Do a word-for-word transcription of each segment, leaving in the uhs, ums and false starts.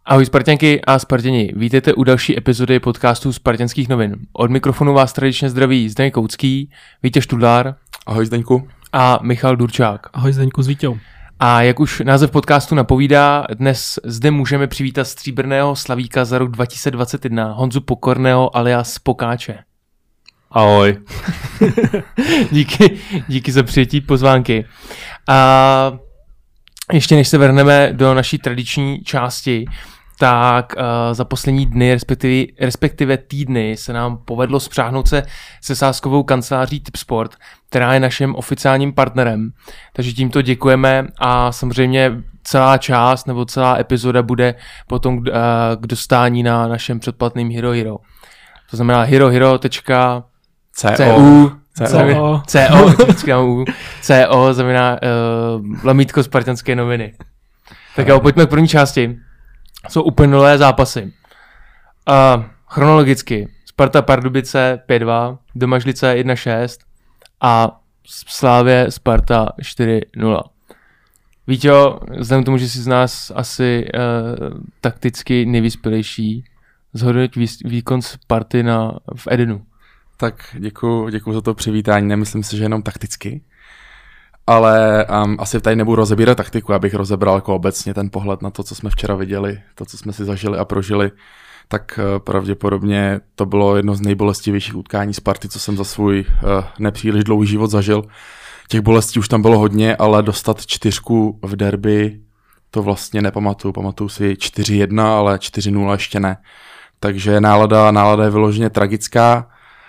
Ahoj Spartanky a Spartěni, vítejte u další epizody podcastu Spartanských novin. Od mikrofonu vás tradičně zdraví Zdeněk Koucký, Vítěz Tudlár. Ahoj Zdeňku. A Michal Durčák. Ahoj Zdeňku s Vítěou. A jak už název podcastu napovídá, dnes zde můžeme přivítat stříbrného slavíka za rok dva tisíce dvacet jedna, Honzu Pokorného alias Pokáče. Ahoj. díky, díky za přijetí pozvánky. A ještě než se vrhneme do naší tradiční části, tak uh, za poslední dny, respektive, respektive týdny, se nám povedlo spřáhnout se se sázkovou kanceláří Tipsport, která je naším oficiálním partnerem. Takže tímto děkujeme a samozřejmě celá část nebo celá epizoda bude potom uh, k dostání na našem předplatným Hero Hero. To znamená herohero tečka cu Co, co, co, znamená uh, lamítko Spartanské noviny. Tak jo, pojďme k první části. Jsou uplynulé zápasy. Uh, chronologicky. Sparta Pardubice pět dva, Domažlice jedna šest a Slávě Sparta čtyři nula. Víťo, vzhledem k tomu, že jsi z nás asi uh, takticky nejvyspělejší, zhodnoť výkon Sparty na, v Edenu. Tak děkuju, děkuju za to přivítání, nemyslím si, že jenom takticky, ale um, asi tady nebudu rozebírat taktiku, abych rozebral jako obecně ten pohled na to, co jsme včera viděli, to, co jsme si zažili a prožili, tak uh, pravděpodobně to bylo jedno z nejbolestivějších utkání Sparty, co jsem za svůj uh, nepříliš dlouhý život zažil. Těch bolestí už tam bylo hodně, ale dostat čtyřku v derby, to vlastně nepamatuju, pamatuju si čtyři jedna, ale čtyři nula ještě ne. Takže nálada, nálada je vyloženě tragická.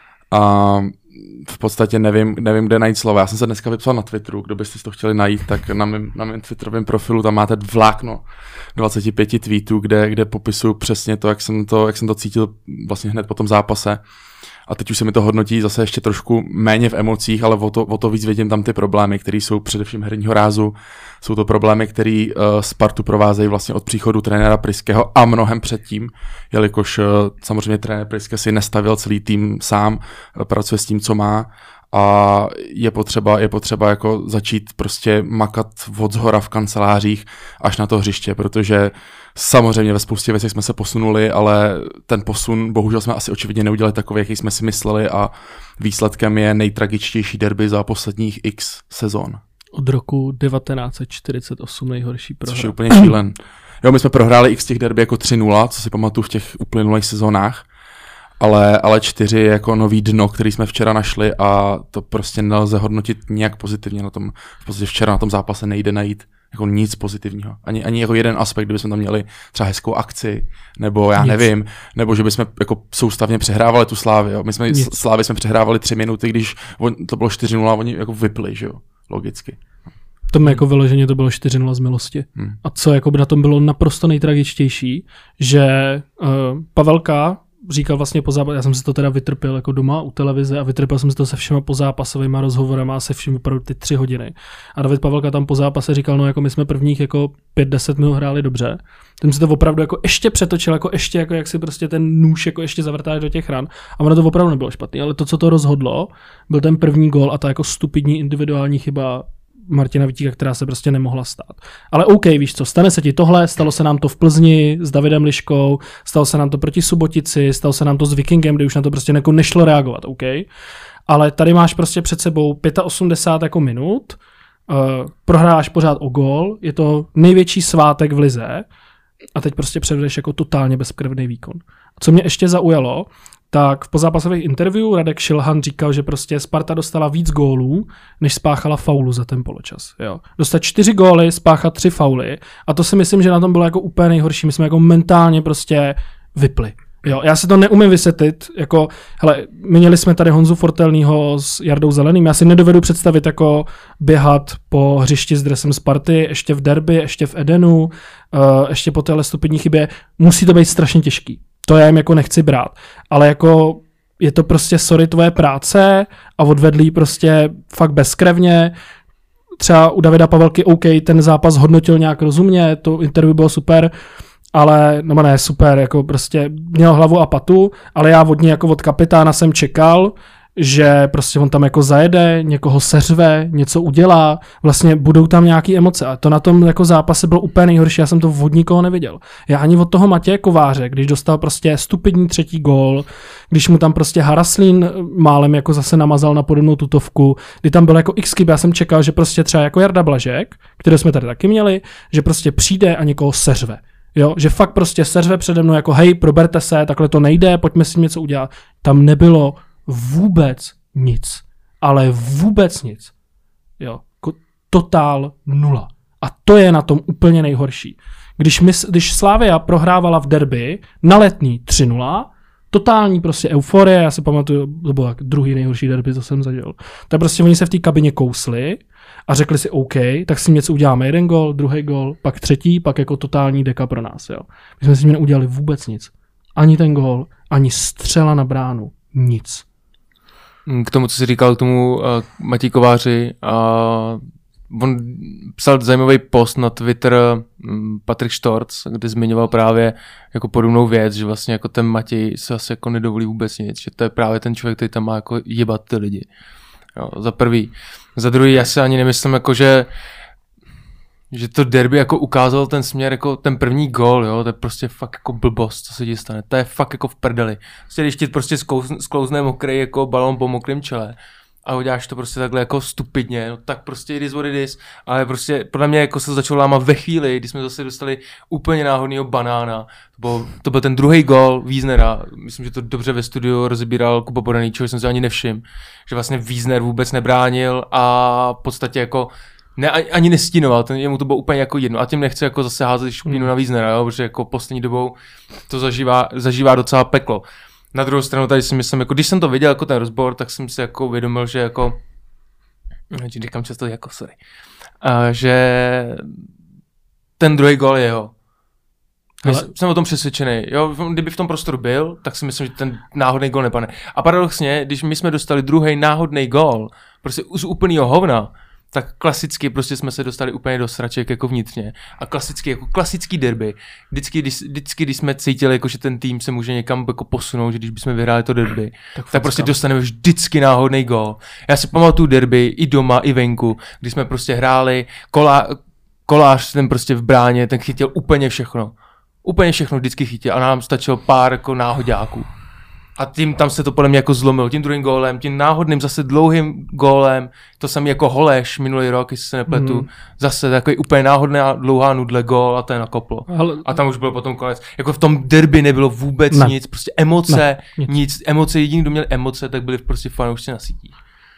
A v podstatě nevím, nevím, kde najít slova. Já jsem se dneska vypsal na Twitteru, kdo byste to chtěli najít, tak na mém, na mém Twitterovém profilu tam máte vlákno dvacet pět tweetů, kde, kde popisuju přesně to jak, jsem to, jak jsem to cítil vlastně hned po tom zápase. A teď už se mi to hodnotí zase ještě trošku méně v emocích, ale o to, o to víc vidím tam ty problémy, které jsou především herního rázu. Jsou to problémy, které uh, Spartu provázejí vlastně od příchodu trenéra Pryského a mnohem předtím, jelikož uh, samozřejmě trenér Pryske si nestavil celý tým sám, uh, pracuje s tím, co má a je potřeba, je potřeba jako začít prostě makat od zhora v kancelářích až na to hřiště, protože samozřejmě ve spoustě věcí jsme se posunuli, ale ten posun bohužel jsme asi očividně neudělali takový, jaký jsme si mysleli a výsledkem je nejtragičtější derby za posledních x sezon. Od roku devatenáct set čtyřicet osm nejhorší prohra. Což je úplně šílen. Jo, my jsme prohráli x těch derby jako tři nula, co si pamatuju v těch uplynulých sezónách, ale, ale čtyři je jako nový dno, který jsme včera našli a to prostě nelze hodnotit nějak pozitivně na tom. V podstatě včera na tom zápase nejde najít jako nic pozitivního. Ani, ani jako jeden aspekt, kdybychom tam měli třeba hezkou akci, nebo já nic. nevím, nebo že bychom jako soustavně přehrávali tu Slávy. Jo. My jsme nic. Slávy jsme přehrávali tři minuty, když on, to bylo čtyři nula, oni jako vypli, že jo, logicky. To mi jako vyloženě to bylo čtyři nula z milosti. Hmm. A co jako by na tom bylo naprosto nejtragičtější, že uh, Pavelka říkal vlastně po zápase, já jsem si to teda vytrpěl jako doma u televize a vytrpěl jsem si to se všema pozápasovými rozhovorama a se vším opravdu ty tři hodiny. A David Pavelka tam po zápase říkal, no jako my jsme prvních jako pět deset minut hráli dobře. Ten si to opravdu jako ještě přetočil, jako ještě jako jak si prostě ten nůž jako ještě zavrtáš do těch ran. A ono to opravdu nebylo špatný, ale to, co to rozhodlo, byl ten první gól a ta jako stupidní individuální chyba Martina Vítíka, která se prostě nemohla stát. Ale OK, víš co, stane se ti tohle, stalo se nám to v Plzni s Davidem Liškou, stalo se nám to proti Subotici, stalo se nám to s Vikingem, kde už na to prostě jako nešlo reagovat, OK. Ale tady máš prostě před sebou osmdesát pět jako minut, uh, prohráš pořád o gól, je to největší svátek v lize a teď prostě předvedeš jako totálně bezkrvný výkon. Co mě ještě zaujalo, tak v pozápasových interview Radek Šilhan říkal, že prostě Sparta dostala víc gólů, než spáchala faulu za ten poločas. Jo. Dostat čtyři góly, spáchat tři fauly a to si myslím, že na tom bylo jako úplně nejhorší. My jsme jako mentálně prostě vypli. Jo, já si to neumím vysvětlit, jako, hele, měli jsme tady Honzu Fortelnýho s Jardou Zeleným, já si nedovedu představit jako běhat po hřišti s dresem Sparty, ještě v derby, ještě v Edenu, uh, ještě po téhle stupidní chybě, musí to být strašně těžký. To já jim jako nechci brát, ale jako je to prostě sorry tvoje práce a odvedlí prostě fakt bezkrevně. Třeba u Davida Pavelky OK, ten zápas hodnotil nějak rozumně, to interview bylo super, ale, no ne, super, jako prostě měl hlavu a patu, ale já od něj jako od kapitána jsem čekal, že prostě on tam jako zajede, někoho seřve, něco udělá, vlastně budou tam nějaké emoce a to na tom jako zápase bylo úplně nejhorší, já jsem to od nikoho neviděl. Já ani od toho Matěje Kováře, když dostal prostě stupidní třetí gól, když mu tam prostě Haraslín málem jako zase namazal na podobnou tutovku, kdy tam bylo jako x chyb, já jsem čekal, že prostě třeba jako Jarda Blažek, který jsme tady taky měli, že prostě přijde a někoho seřve. Jo, že fakt prostě seřve přede mnou jako hej, proberte se, takhle to nejde, pojďme si něco udělat. Tam nebylo vůbec nic. Ale vůbec nic. Jo, totál nula. A to je na tom úplně nejhorší. Když, my, když Slavia prohrávala v derby na Letní tři nula, totální prostě euforie, já si pamatuju, to byl jak druhý nejhorší derby, co jsem zažil. Tak prostě oni se v té kabině kousli a řekli si OK, tak si něco uděláme, jeden gol, druhý gol, pak třetí, pak jako totální deka pro nás. Jo. My jsme si neudělali vůbec nic. Ani ten gol, ani střela na bránu, nic. K tomu, co jsi říkal, k tomu uh, Matěj Kováři, uh, on psal zajímavý post na Twitter um, Patrik Štorc, kde zmiňoval právě jako podobnou věc, že vlastně jako ten Matěj se asi jako nedovolí vůbec nic, že to je právě ten člověk, který tam má jako jebat ty lidi. Jo, za prvý. Za druhý, já si ani nemyslím, jako že že to derby jako ukázal ten směr, jako ten první gól, jo, to je prostě fakt jako blbost, co se ti stane, to je fakt jako v prdeli. Prostě když ti prostě sklouzne mokrý jako balón po mokrém čele a uděláš to prostě takhle jako stupidně, no tak prostě it is what it is, ale prostě podle mě jako se začalo lámat ve chvíli, kdy jsme zase dostali úplně náhodného banána, to byl, to byl ten druhý gól Wiesnera, myslím, že to dobře ve studiu rozebíral Kuba Bodaný, čeho jsem si ani nevšiml, že vlastně Wiesner vůbec nebránil a v podstatě jako ne, ani nestínoval, ten, jemu to bylo úplně jako jedno a tím nechci jako zase házet špínu na Wiesnera, jo, protože jako poslední dobou to zažívá, zažívá docela peklo. Na druhou stranu tady si myslím, jako když jsem to viděl jako ten rozbor, tak jsem si jako uvědomil, že jako, říkám často jako, sorry, a že ten druhý gól je jeho. Ale... Jsem o tom přesvědčený, jo, kdyby v tom prostoru byl, tak si myslím, že ten náhodný gól nepadne. A paradoxně, když my jsme dostali druhý náhodný gól, prostě z úplnýho hovna, tak klasicky prostě jsme se dostali úplně do sraček jako vnitřně. A klasicky, jako klasický derby. Vždycky, když, vždycky, když jsme cítili, jako, že ten tým se může někam jako posunout, že když bychom vyhráli to derby, tak, tak prostě dostaneme vždycky náhodný gól. Já si pamatuju derby i doma, i venku, když jsme prostě hráli, kolá, kolář ten prostě v bráně, ten chytil úplně všechno. Úplně všechno vždycky chytil a nám stačilo pár jako náhoďáků. A tím tam se to podle mě jako zlomilo, tím druhým gólem, tím náhodným zase dlouhým gólem, to samý jako Holeš minulý rok, jestli se nepletu, mm. zase takový úplně náhodná dlouhá nudle gól a ten nakoplo. Ale... A tam už byl potom konec. Jako v tom derby nebylo vůbec ne. nic, prostě emoce, ne. nic, emoce, jediný, kdo měl emoce, tak byli prostě fanoušci na sítích.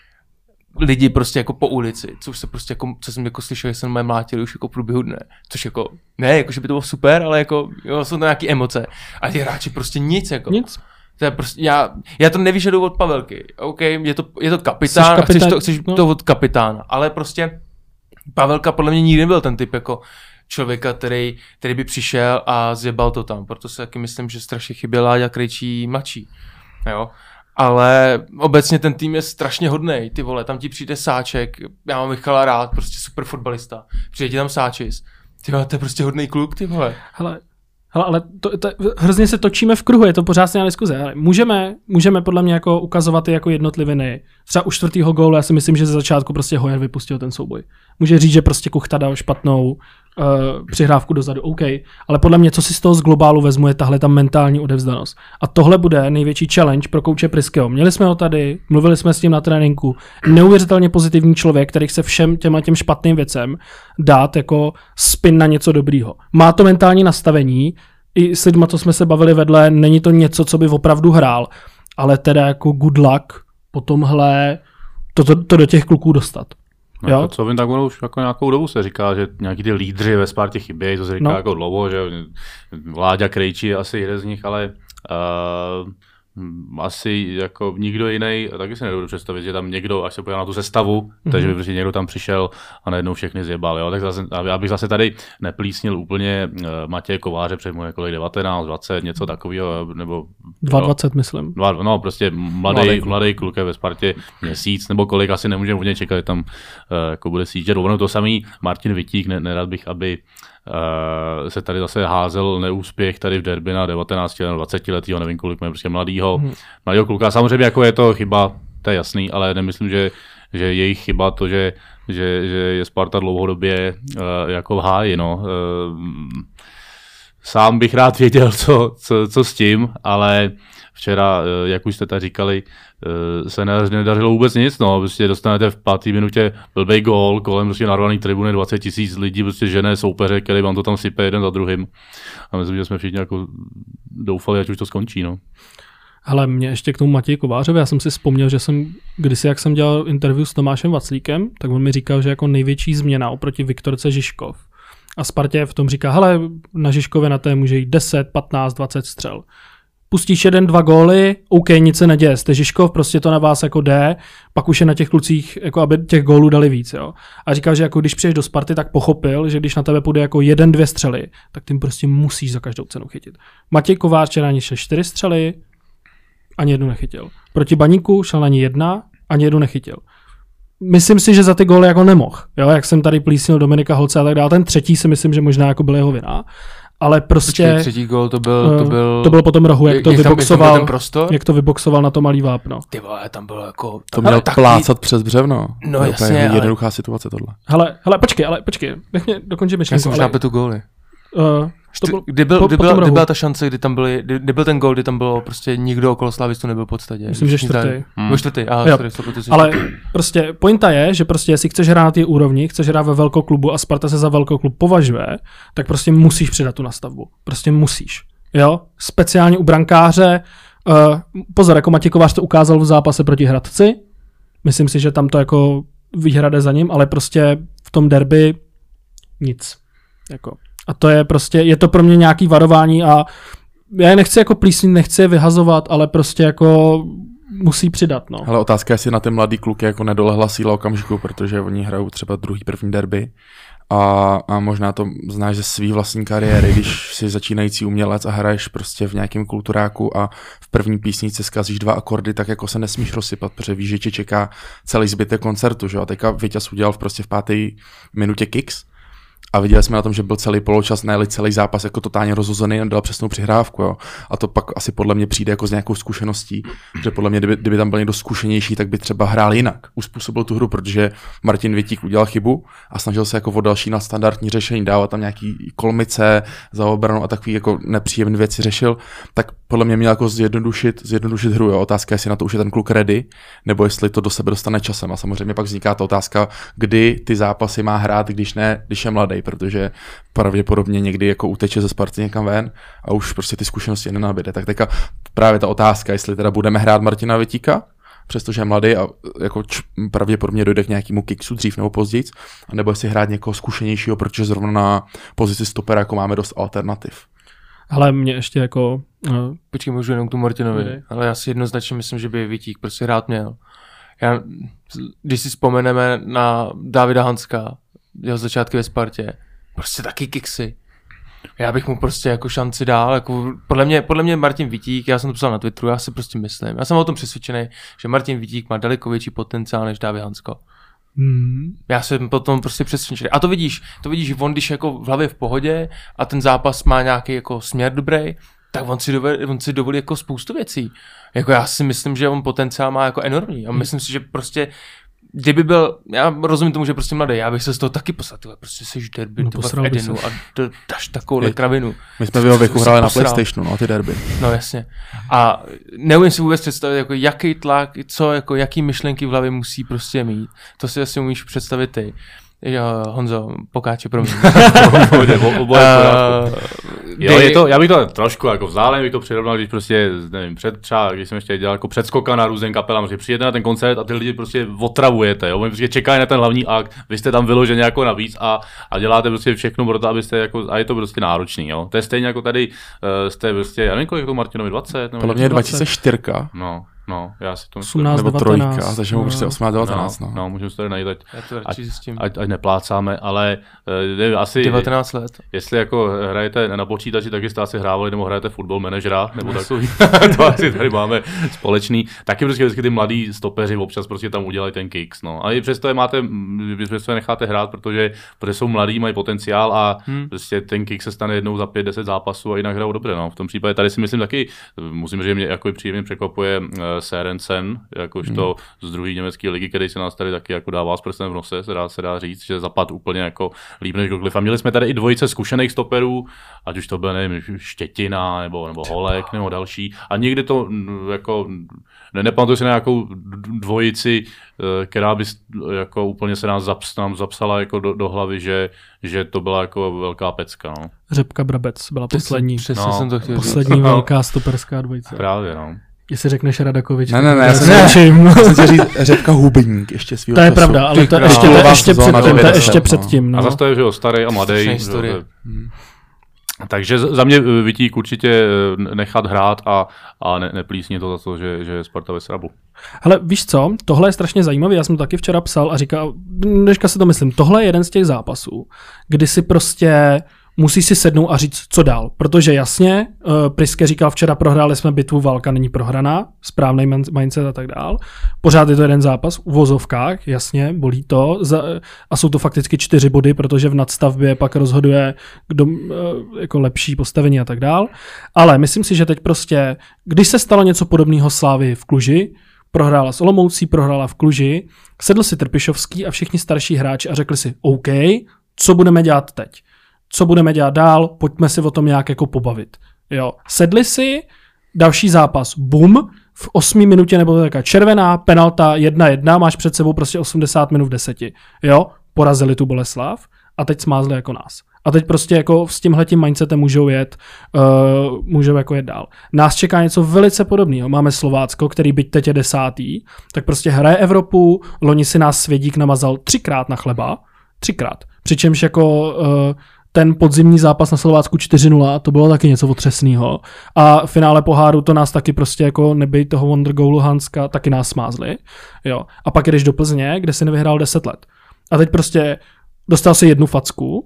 Lidi prostě jako po ulici, což se prostě jako, co jsem jako slyšel, že jsem mé mlátili už jako v průběhu dne, což jako, ne, jako že by to bylo super, ale jako, jo, jsou to nějaký emoce. A ti hráči prostě nic, jako. Nic. To je prostě, já, já to nevyžaduju od Pavelky, OK, je to, je to kapitán, kapitán, a chceš to, chceš no. to od kapitána, ale prostě Pavelka podle mě nikdy nebyl ten typ jako člověka, který, který by přišel a zjebal to tam, proto si taky myslím, že strašně chyběla Láďa Krejčí mladší, jo. Ale obecně ten tým je strašně hodnej, ty vole, tam ti přijde Sáček, já mám Michala rád, prostě super fotbalista, přijde ti tam Sáčis, ty vole, to je prostě hodnej kluk, ty vole. Hele. Hele, ale to, to, hrozně se točíme v kruhu, je to pořád stejná diskuze. Ale můžeme, můžeme podle mě jako ukazovat i jako jednotliviny. Třeba u čtvrtýho gólu, já si myslím, že ze začátku prostě Hoyer vypustil ten souboj. Může říct, že prostě Kuchta dal špatnou uh, přihrávku dozadu, OK. Ale podle mě, co si z toho z globálu vezmu, je tahle ta mentální odevzdanost. A tohle bude největší challenge pro kouče Priskeho. Měli jsme ho tady, mluvili jsme s tím na tréninku. Neuvěřitelně pozitivní člověk, který chce všem těmhle těm špatným věcem dát jako spin na něco dobrýho. Má to mentální nastavení, i s lidma, co jsme se bavili vedle, není to něco, co by opravdu hrál, ale teda jako good luck po tomhle to, to, to do těch kluků dostat. No, jo? Co vím, tak ono už jako nějakou dobu se říká, že nějaký ty lídři ve Spartě chybějí, to se říká no. jako dlouho, že Láďa Krejčí je asi jeden z nich, ale uh, asi jako nikdo jiný, taky si nedovedu představit, že tam někdo, až se podívá na tu sestavu, mm-hmm. takže by prostě někdo tam přišel a najednou všechny zjebal. Jo? Tak zase, já bych zase tady neplísnil úplně uh, Matěje Kováře před mu kolik devatenáct, dvacet, něco takového, nebo dvacet, myslím. Dva, no prostě mladý, mladý kluk ve Spartě měsíc, nebo kolik asi nemůžeme od něj čekat, že tam uh, jako bude sjíždět. Ono to samý Martin Vitík, ne, nerad bych, aby Uh, se tady zase házel neúspěch tady v derby na devatenáct, dvacet letýho, nevím kolik, prostě mladýho, hmm. mladýho kluka. Samozřejmě jako je to chyba to je jasný, ale nemyslím, že, že je jejich chyba to, že, že, že je Sparta dlouhodobě uh, jako v háji, no. Uh, sám bych rád věděl, co, co, co s tím, ale včera, jak už jste tady říkali, se nedařilo vůbec nic, no, prostě dostanete v páté minutě blbej gól, kolem prostě narvaný tribuny dvacet tisíc lidí, prostě žené soupeře, který vám to tam sype jeden za druhým. A myslím, že jsme všichni jako doufali, ať už to skončí, no. Ale mě ještě k tomu Matěji Kovářovi, já jsem si vzpomněl, že jsem kdysi, jak jsem dělal interview s Tomášem Vaclíkem, tak on mi říkal, že jako největší změna oproti Viktorce Žižkov. A Spartě v tom říká, hele, na Žižkově na té může jít deset, patnáct, dvacet střel. Pustíš jeden, dva góly, OK, nic se neděje, jste Žižkov, prostě to na vás jako jde, pak už je na těch klucích, jako aby těch gólů dali víc, jo. A říkal, že jako když přijdeš do Sparty, tak pochopil, že když na tebe půjde jako jeden, dvě střely, tak tím prostě musíš za každou cenu chytit. Matěj Kovář včera ani šel čtyři střely, ani jednu nechytil. Proti Baníku šel na ní jedna, ani jednu nechytil. Myslím si, že za ty góly jako nemohl, jo, jak jsem tady plísnil Dominika Holce a tak dále. Ten třetí si myslím, že možná jako byl jeho vina. Ale prostě... Počkej, třetí gól to byl... To byl, to byl potom rohu, jak, jak to jak vyboxoval, tam, jak, jak to vyboxoval na to malý vápno. Ty vole, tam bylo jako... To měl taky... plácat přes břevno. No to je jasně, úplně ale... jednoduchá situace tohle. Hele, hele, počkej, ale počkej, nech mě dokončit myšlenku. Já jsem možná tu góly. Uh, byl, kdy, byl, po, kdy, byla, kdy byla ta šance, kdy tam byly, kdy, kdy byl ten gól, kdy tam bylo prostě nikdo okolo Slavistu nebyl v podstatě. Myslím, že čtvrtý. Hmm. čtvrtý, aha, jo. Sorry, sorry, ale prostě pointa je, že prostě jestli chceš hrát na té úrovni, chceš hrát ve velkoklubu a Sparta se za velkoklub považuje, tak prostě musíš přidat tu nastavbu. Prostě musíš. Jo? Speciálně u brankáře. Uh, pozor, jako Matěj Kovář to ukázal v zápase proti Hradci. Myslím si, že tam to jako výhra jde za ním, ale prostě v tom derby nic. Jako... A to je prostě, je to pro mě nějaký varování a já je nechci jako plísnit, nechci je vyhazovat, ale prostě jako musí přidat, no. Ale otázka je, jestli na ty mladý kluky jako nedolehla síla okamžiku, protože oni hrajou třeba druhý, první derby a, a možná to znáš ze svý vlastní kariéry, když jsi začínající umělec a hraješ prostě v nějakém kulturáku a v první písničce zkazíš dva akordy, tak jako se nesmíš rozsypat, protože víš, že tě čeká celý zbytek koncertu, že? A teďka Vítěz udělal v prostě v páté minutě kicks. A viděli jsme na tom, že byl celý poločas, ne celý zápas jako totálně rozhozený, on dal přesnou přihrávku. Jo. A to pak asi podle mě přijde jako s nějakou zkušeností, že podle mě, kdyby, kdyby tam byl někdo zkušenější, tak by třeba hrál jinak. Uspůsobil tu hru, protože Martin Vitík udělal chybu a snažil se jako o další nadstandardní řešení, dávat tam nějaký kolmice za obranu a takový jako nepříjemné věci řešil, tak podle mě měl jako zjednodušit, zjednodušit hru. Jo. Otázka je, jestli na to už je ten kluk ready, nebo jestli to do sebe dostane časem. A samozřejmě pak vzniká ta otázka, kdy ty zápasy má hrát, když ne, když je mladý, protože pravděpodobně někdy jako uteče ze Sparty někam ven a už prostě ty zkušenosti nenabíde. Tak teďka právě ta otázka, jestli teda budeme hrát Martina Vitíka, přestože je mladý a jako č, pravděpodobně dojde k nějakému kicksu dřív nebo později, anebo jestli hrát někoho zkušenějšího, protože zrovna na pozici stopera jako máme dost alternativ. Ale mě ještě jako... Uh... Počkej, můžu jenom k tomu Martinovi, okay. Ale já si jednoznačně myslím, že by Vitík prostě hrát měl. Já, když si vzpomeneme na Davida Hanska, jeho začátky ve Spartě, prostě taky kiksy. Já bych mu prostě jako šanci dal, jako podle mě, podle mě Martin Vitík, já jsem to psal na Twitteru, já si prostě myslím, já jsem o tom přesvědčený, že Martin Vitík má daleko větší potenciál než David Hansko. Hmm. Já jsem potom prostě přesvědčený. A to vidíš, to vidíš, že on, když jako v hlavě v pohodě a ten zápas má nějaký jako směr dobrý, tak on si, dovolí, on si dovolí jako spoustu věcí. Jako já si myslím, že on potenciál má jako enormní a myslím si, že prostě kdyby byl, já rozumím tomu, že prostě mladý, já bych se z toho taky poslal, tyhle, prostě seš derby, no, v Edenu a to, dáš takovouhle kravinu. My jsme v jeho věku hráli na PlayStationu, no, ty derby. No jasně. A neumím si vůbec představit, jako jaký tlak, co, jako jaký myšlenky v hlavě musí prostě mít. To si asi umíš představit ty. Jo, Honzo, pokáče pro mě. Jo, je to, já bych to trošku jako vzdálen, bych to přirovnal, když prostě, nevím, před, třeba, když jsem ještě dělal jako předskoka na různým kapelám, že přijete na ten koncert a ty lidi prostě otravujete, jo, oni prostě čekají na ten hlavní akt, vy jste tam vyloženě jako navíc a, a děláte prostě všechno pro to, abyste jako, a je to prostě náročný, jo. To je stejně jako tady, uh, jste prostě, já nevím, kolik je to Martinovi, dvacet? Podle mě je dva tisíce čtyři. No. No, já si to osmnáct, nebo devatenáct, trojka, takže mu prostě osmnáct devatenáct. No, no. no, můžeme se tady najít, ať, ať, ať, ať neplácáme, ale nevím, asi... devatenáct let. Jestli jako hrajete na počítači, tak jste asi hrávali, nebo hrajete football manažera, nebo takový, to asi tady máme společný. Taky prostě vždycky ty mladí stopeři občas prostě tam udělají ten kicks, no. A i přesto je máte, přesto je necháte hrát, protože, protože jsou mladí, mají potenciál a hmm. prostě ten kick se stane jednou za pět, deset zápasů a jinak hrajou dobře, no. V tom případě tady si myslím taky, musím říct, že mě jako příjemně překvapuje Sørensen, jakožto hmm. z druhé německé ligy, který se nás tady taky jako dává s prstem v nose, se dá, se dá říct, že zapad úplně jako líp než kdokoliv. A měli jsme tady i dvojice zkušených stoperů, ať už to byl, nevím, Štětina, nebo, nebo Holek, nebo další. A někdy to jako, ne, nepamatuji si na nějakou dvojici, která by jako úplně se nás zaps, nám zapsala jako do, do hlavy, že, že to byla jako velká pecka. No. Řepka Brabec byla poslední. Přesně no, jsem to chtěl poslední říct. Velká stoperská dvojice. Právě, no. Jestli řekneš Radakovič. Ne, ne, ne, já jsem chtěl říct Řepka Hubník ještě svýho To je času. pravda, ale to ještě, to ještě, před, to ještě předtím. No. A zase to je, že jo, starý a mladý. Takže za mě Vitík určitě nechat hrát a, a ne, neplísni to za to, že, že je Sparta ve srabu. Hele, víš co, tohle je strašně zajímavé, já jsem to taky včera psal a říkal, dneška si to myslím, tohle je jeden z těch zápasů, kdy si prostě musí si sednout a říct, co dál. Protože jasně, uh, Priske říkal včera, prohráli jsme bitvu, válka není prohraná, správný mindset a tak dál. Pořád je to jeden zápas v uvozovkách, jasně, bolí to. Za, a jsou to fakticky čtyři body, protože v nadstavbě pak rozhoduje, kdo uh, jako lepší postavení a tak dál. Ale myslím si, že teď prostě, když se stalo něco podobného Slávii v Kluži, prohrála s Olomoucí, prohrála v Kluži, sedl si Trpišovský a všichni starší hráči a řekli si, OK, co budeme dělat teď? Co budeme dělat dál, pojďme si o tom nějak jako pobavit. Jo. Sedli si, další zápas, bum, v osmé minutě nebo taká červená, penalta jedna jedna, máš před sebou prostě osmdesát minut v deseti. Jo, porazili tu Boleslav a teď smázli jako nás. A teď prostě jako s tímhletím mindsetem můžou jet, uh, můžou jako jet dál. Nás čeká něco velice podobného. Máme Slovácko, který byť teď je desátý, tak prostě hraje Evropu, loni si nás Svědík namazal třikrát na chleba, třikrát. Přičemž jako uh, ten podzimní zápas na Slovácku čtyři nula, to bylo taky něco otřesného. A v finále poháru to nás taky prostě jako nebej toho Wonder Goal Luhanska, taky nás smázli. Jo. A pak jdeš do Plzně, kde si nevyhrál deset let. A teď prostě dostal si jednu facku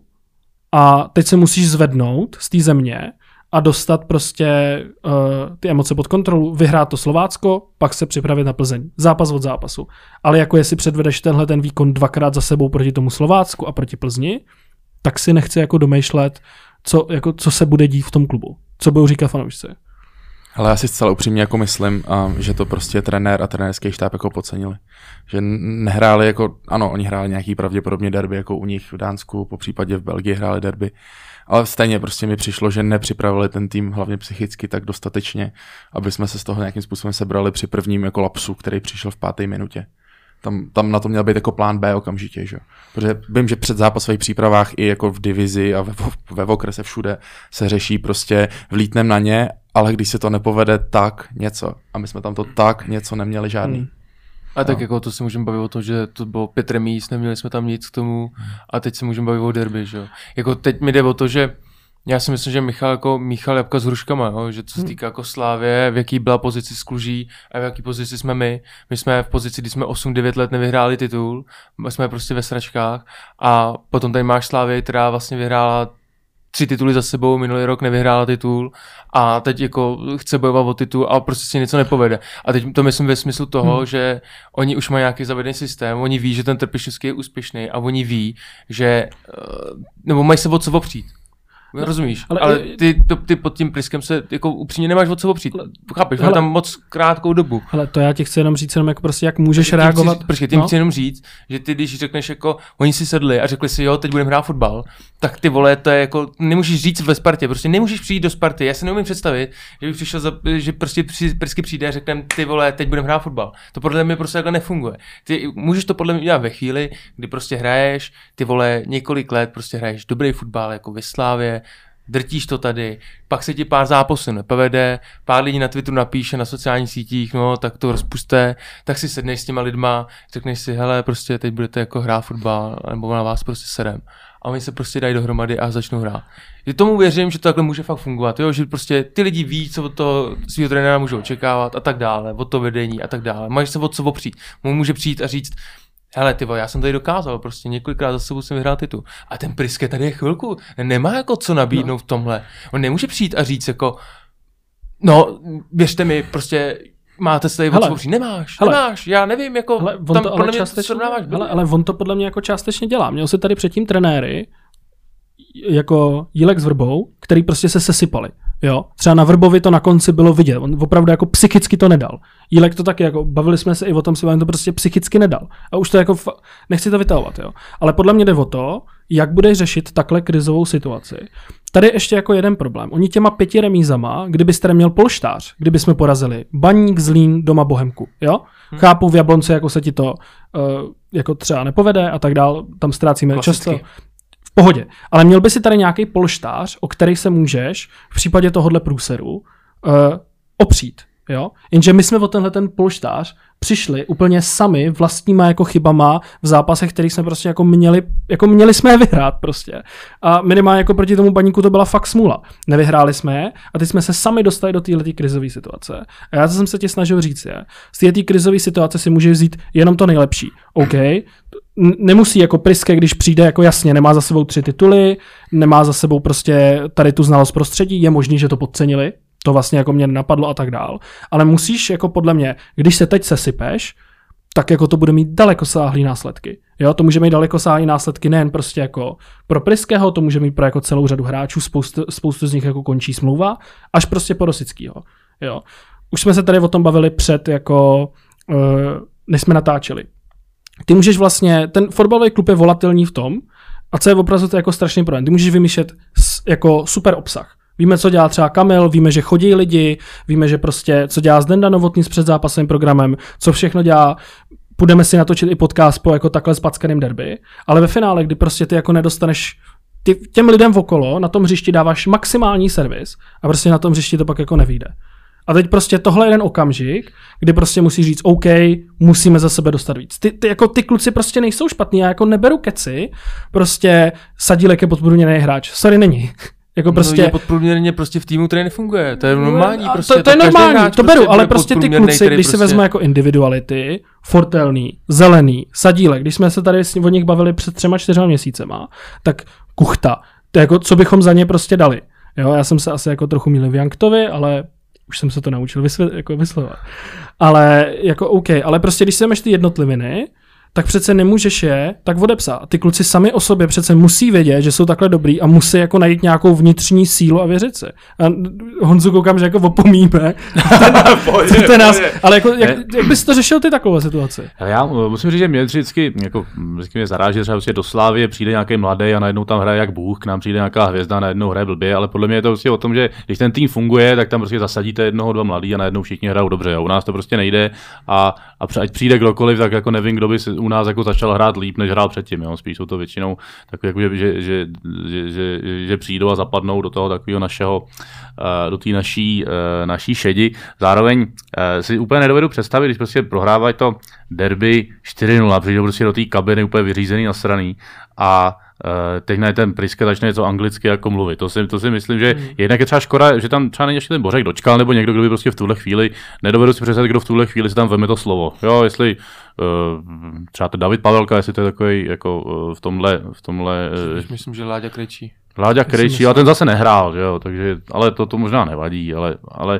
a teď se musíš zvednout z té země a dostat prostě uh, ty emoce pod kontrolu, vyhrát to Slovácko, pak se připravit na Plzeň. Zápas od zápasu. Ale jako jestli předvedeš tenhle ten výkon dvakrát za sebou proti tomu Slovácku a proti Plzni, tak si nechci jako domýšlet, co, jako, co se bude dít v tom klubu. Co budou říkat fanoušci. Ale já si zcela upřímně jako myslím, um, že to prostě trenér a trenérský štáb jako podcenili. Že nehráli jako, ano, oni hráli nějaký pravděpodobně derby, jako u nich v Dánsku, po případě v Belgii hráli derby. Ale stejně prostě mi přišlo, že nepřipravili ten tým hlavně psychicky tak dostatečně, aby jsme se z toho nějakým způsobem sebrali při prvním jako lapsu, který přišel v páté minutě. Tam, tam na to měl být jako plán B okamžitě, že? Protože vím, že před zápasových přípravách i jako v divizi a ve, ve okrese všude se řeší prostě vlítnem na ně, ale když se to nepovede, tak něco. A my jsme tam to tak něco neměli žádný. Hmm. A tak no. Jako to si můžeme bavit o tom, že to bylo pět remíz, neměli jsme tam nic k tomu a teď se můžeme bavit o derby, že jo. Jako teď mi jde o to, že já si myslím, že Michal jako Michal Jabka s hruškama, jo? Že co se týká jako Slávě, v jaký byla pozici s Kluží a v jaký pozici jsme my. My jsme v pozici, kdy jsme osm devět let nevyhráli titul, jsme prostě ve sračkách a potom tady máš Slávě, která vlastně vyhrála tři tituly za sebou, minulý rok nevyhrála titul a teď jako chce bojovat o titul a prostě si něco nepovede. A teď to myslím ve smyslu toho, hmm. že oni už mají nějaký zavedený systém, oni ví, že ten Trpišovský je úspěšný a oni ví, že nebo mají se o co opřít. Rozumíš, ale, ale ty, to, ty pod tím Priskem se jako upřímně nemáš od co opřít. Chápeš, máš tam moc krátkou dobu. Ale to já ti chci jenom říct, jenom jako prostě jak můžeš tím reagovat. Počkej, tím no? chci jenom říct, že ty když řekneš jako, oni si sedli a řekli si jo, teď budeme hrát fotbal, tak ty vole, to je jako, nemůžeš říct ve Spartě, prostě nemůžeš přijít do Sparty. Já si neumím představit, že bych přišel, za, že prostě Prisky přijde a řekne, ty vole, teď budeme hrát fotbal. To podle mě prostě takhle nefunguje. Ty můžeš to podle mě dělat ve chvíli, kdy prostě hraješ, ty vole, několik let prostě hraješ dobrý fotbal jako ve Slávě, drtíš to tady, pak se ti pár zápasů nepovede, pár lidí na Twitteru napíše, na sociálních sítích, no tak to rozpuste, tak si sedneš s těma lidma, řekneš si, hele, prostě teď budete jako hrát fotbal, nebo na vás prostě serem. A oni se prostě dají dohromady a začnou hrát. Je tomu věřím, že to takhle může fakt fungovat, jo? Že prostě ty lidi ví, co od toho svého trenéra můžou očekávat a tak dále, od toho vedení a tak dále. Máš se od co opřít. Může přijít a říct, hele, ty vole, já jsem tady dokázal, prostě několikrát za sebou jsem vyhrál titul. A ten Priske tady je chvilku, nemá jako co nabídnout no. v tomhle. On nemůže přijít a říct jako, no, věřte mi, prostě máte se tady od sebou přijít. Nemáš, hele, nemáš, já nevím, jako, hele, tam to, podle mě částečně, to hele, ale on to podle mě jako částečně dělá. Měl si tady předtím trenéry, jako Jílek s Vrbou, který prostě se sesypali. Jo, třeba na Vrbovi to na konci bylo vidět, on opravdu jako psychicky to nedal. Jílek to taky, jako bavili jsme se i o tom, si on to prostě psychicky nedal. A už to jako, fa- nechci to vytahovat, jo. Ale podle mě jde o to, jak budeš řešit takhle krizovou situaci. Tady ještě jako jeden problém. Oni těma pěti remízama, kdybyste neměl polštář, kdyby jsme porazili Baník, Zlín, doma Bohemku, jo? Hmm. Chápu v Jablonci, jako se ti to uh, jako třeba nepovede a tak dál, tam ztrácíme Klasicky. často. V pohodě. Ale měl by si tady nějaký polštář, o který se můžeš v případě tohohle průseru uh, opřít. Jo? Jenže my jsme o tenhle ten polštář přišli úplně sami vlastníma jako chybama v zápasech, který jsme prostě jako měli, jako měli jsme je vyhrát prostě. A minimálně jako proti tomu Baníku to byla fakt smůla. Nevyhráli jsme je a teď jsme se sami dostali do této krizové situace. A já jsem se tě snažil říct je, z této krizové situace si můžeš vzít jenom to nejlepší. OK, nemusí jako Priske, když přijde, jako jasně, nemá za sebou tři tituly, nemá za sebou prostě tady tu znalost prostředí, je možný, že to podcenili, to vlastně jako mě napadlo a tak dál, ale musíš jako podle mě, když se teď sesypeš, tak jako to bude mít dalekosáhlý následky. Jo, to může mít dalekosáhlý následky nejen prostě jako pro Priského, to může mít pro jako celou řadu hráčů, spoustu, spoustu z nich jako končí smlouva, až prostě po Rosickýho. Jo. Už jsme se tady o tom bavili před jako, uh, než jsme natáčeli. Ty můžeš vlastně, ten fotbalový klub je volatilní v tom, a co je opravdu to jako strašný problém, ty můžeš vymýšlet jako super obsah. Víme, co dělá třeba Kamil, víme, že chodí lidi, víme, že prostě, co dělá Zdenda Novotný s předzápasovým programem, co všechno dělá, budeme si natočit i podcast po jako takhle spackaným derby, ale ve finále, kdy prostě ty jako nedostaneš, ty těm lidem okolo na tom hřišti dáváš maximální servis a prostě na tom hřišti to pak jako nevyjde. A teď prostě tohle je jeden okamžik, kdy prostě musíš říct, OK, musíme za sebe dostat víc. Ty, ty, jako ty kluci prostě nejsou špatní, já jako neberu keci, prostě Sadílek je podprůměrný hráč. Sorry, není. Jako prostě... No, podprůměrně prostě v týmu, který nefunguje. To je normální. No, prostě, to, to je normální, to prostě beru, ale prostě ty kluci, když prostě... si vezme jako individuality, Fortelný, Zelený, Sadílek, když jsme se tady o nich bavili před třema, čtyřma měsícema, tak Kuchta, to je jako, co bychom za ně prostě dali. Jo, já jsem se asi jako trochu mýlil v Janktovi, ale už jsem se to naučil vysvět, jako vyslovovat. Ale jako OK, ale prostě když si jdeš ty jednotliviny, tak přece nemůžeš je tak odepsat. Ty kluci sami o sobě přece musí vědět, že jsou takhle dobrý a musí jako najít nějakou vnitřní sílu a věřit si. A Honzu koukám, že jako opomíme. ten, ten nás, ale jako, jak, jak bys to řešil ty takovou situaci? Já musím říct, že mě vždycky, jako, vždycky mě zaráží, že třeba do Slávie přijde nějaký mladý a najednou tam hraje jak Bůh, k nám přijde nějaká hvězda a najednou hraje blbě, ale podle mě je to prostě o tom, že když ten tým funguje, tak tam prostě zasadíte jednoho, dva mladý a najednou všichni hrajou dobře. A u nás to prostě nejde a, a ať přijde kdokoliv, tak jako nevím, kdo by si u nás jako začal hrát líp, než hrál předtím. Jo? Spíš jsou to většinou takové, jako, že, že, že, že, že přijdou a zapadnou do toho takového našeho, do té naší, naší šedi. Zároveň si úplně nedovedu představit, když prostě prohrávají to derby čtyři nula, přijdou prostě do té kabiny úplně vyřízený, nasraný a Uh, teď na ten Priske začne něco anglicky jako mluvit. To si, to si myslím, že mm. jednak je třeba škoda, že tam třeba není ještě ten Bořek dočkal, nebo někdo, kdo by prostě v tuhle chvíli, nedovedu si představit, kdo v tuhle chvíli si tam veme to slovo. Jo, jestli uh, třeba ten David Pavelka, jestli to je takový jako uh, v tomhle... V tomhle uh, myslím, že Láďa Krejčí. Láďa Krejčí, ale ten zase nehrál, že jo, takže, ale to, to možná nevadí, ale, ale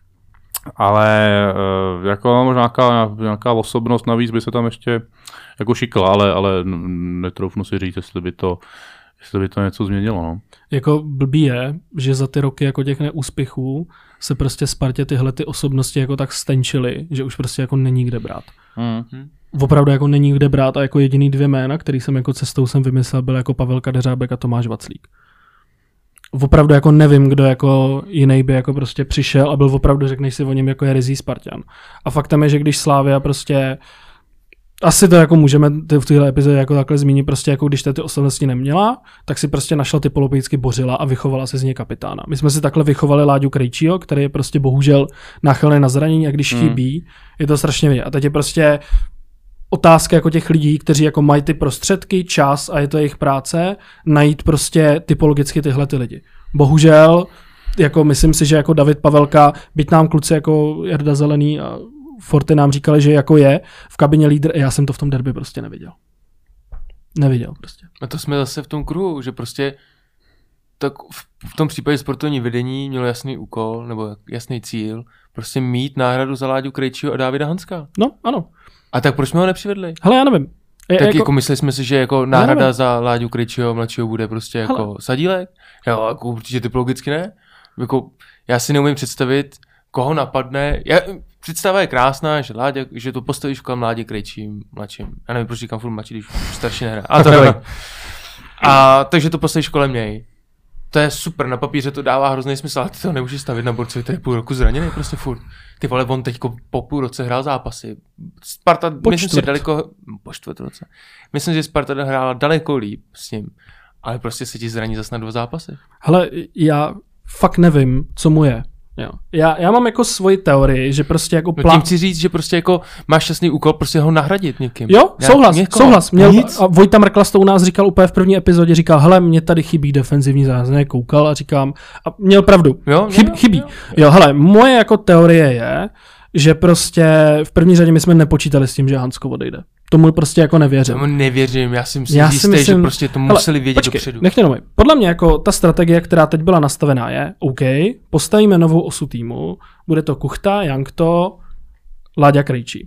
ale uh, jako možná nějaká, nějaká osobnost navíc by se tam ještě jako šikla, ale, ale netroufnu si říct, jestli by to, jestli by to něco změnilo. No. Jako blbý je, že za ty roky jako těch neúspěchů se prostě Spartě tyhle ty osobnosti jako tak stenčily, že už prostě jako není kde brát. Hmm. Opravdu jako není kde brát a jako jediný dvě jména, který jsem jako cestou jsem vymyslel, byl jako Pavel Kadeřábek a Tomáš Vaclík. Opravdu jako nevím, kdo jako jiný by jako prostě přišel a byl opravdu, řekneš si o něm, jako je ryzí Spartan. A faktem je, že když Slavia prostě asi to jako můžeme v téhle epizodě jako takhle zmínit, prostě jako když ty osobnosti neměla, tak si prostě našla typologicky Bořila a vychovala se z něj kapitána. My jsme si takhle vychovali Láďu Krejčího, který je prostě bohužel náchylný na zranění a když hmm. chybí, je to strašně vidět. A teď je prostě otázka jako těch lidí, kteří jako mají ty prostředky, čas a je to jejich práce, najít prostě typologicky tyhle ty lidi. Bohužel, jako myslím si, že jako David Pavelka, byť nám kluci jako Jarda Zelený a Forty nám říkali, že jako je v kabině lídr, já jsem to v tom derby prostě neviděl. Neviděl prostě. A to jsme zase v tom kruhu, že prostě tak v tom případě sportovní vedení mělo jasný úkol nebo jasný cíl, prostě mít náhradu za Láďu Krejčího a Dávida Hanska. No, ano. A tak proč jsme ho nepřivedli? Hele, já nevím. Je, tak jako, jako mysleli jsme si, že jako náhrada za Láďu Krejčího mladšího bude prostě jako Hele. Sadílek? Jo, jako určitě typologicky ne. Jako, já si neumím představit, koho napadne. Já, představa je krásná, že, Láďa, že to postavíš kolem Ládě Krejčím mladším. Já nevím, proč říkám furt mladší, když starší nehraje. A to nevím. A takže to postavíš kolem něj. To je super, na papíře to dává hrozný smysl, ale ty to nemůžeš stavit na borcovi, který je půl roku zraněný, prostě furt. Ty vole, on teďko po půl roce hrál zápasy. Sparta, po myslím si daleko, po čtvrt roce. Myslím, že Sparta hrála daleko líp s ním, ale prostě se ti zraní zase na dva zápasy. Hele, já fakt nevím, co mu je. Jo. Já, já mám jako svoji teorii, že prostě jako plán... No tím chci říct, že prostě jako máš šťastný úkol prostě ho nahradit někým. Jo, já, souhlas, někoho. souhlas. Měl, a Vojta Mrklas to u nás říkal úplně v první epizodě, říkal, hele, mě tady chybí defenzivní zázemí, koukal a říkám, a měl pravdu, jo, Chyb, jo, chybí. Jo, jo. jo, hele, moje jako teorie je, že prostě v první řadě my jsme nepočítali s tím, že Hansko odejde. Tomu prostě jako nevěřím. Tomu nevěřím, já si myslím, já jistý, si myslím, že prostě to museli vědět počkej, dopředu. Nech mě domů. Podle mě jako ta strategie, která teď byla nastavená je, OK, postavíme novou osu týmu, bude to Kuchta, Jankto, Láďa Krejčí.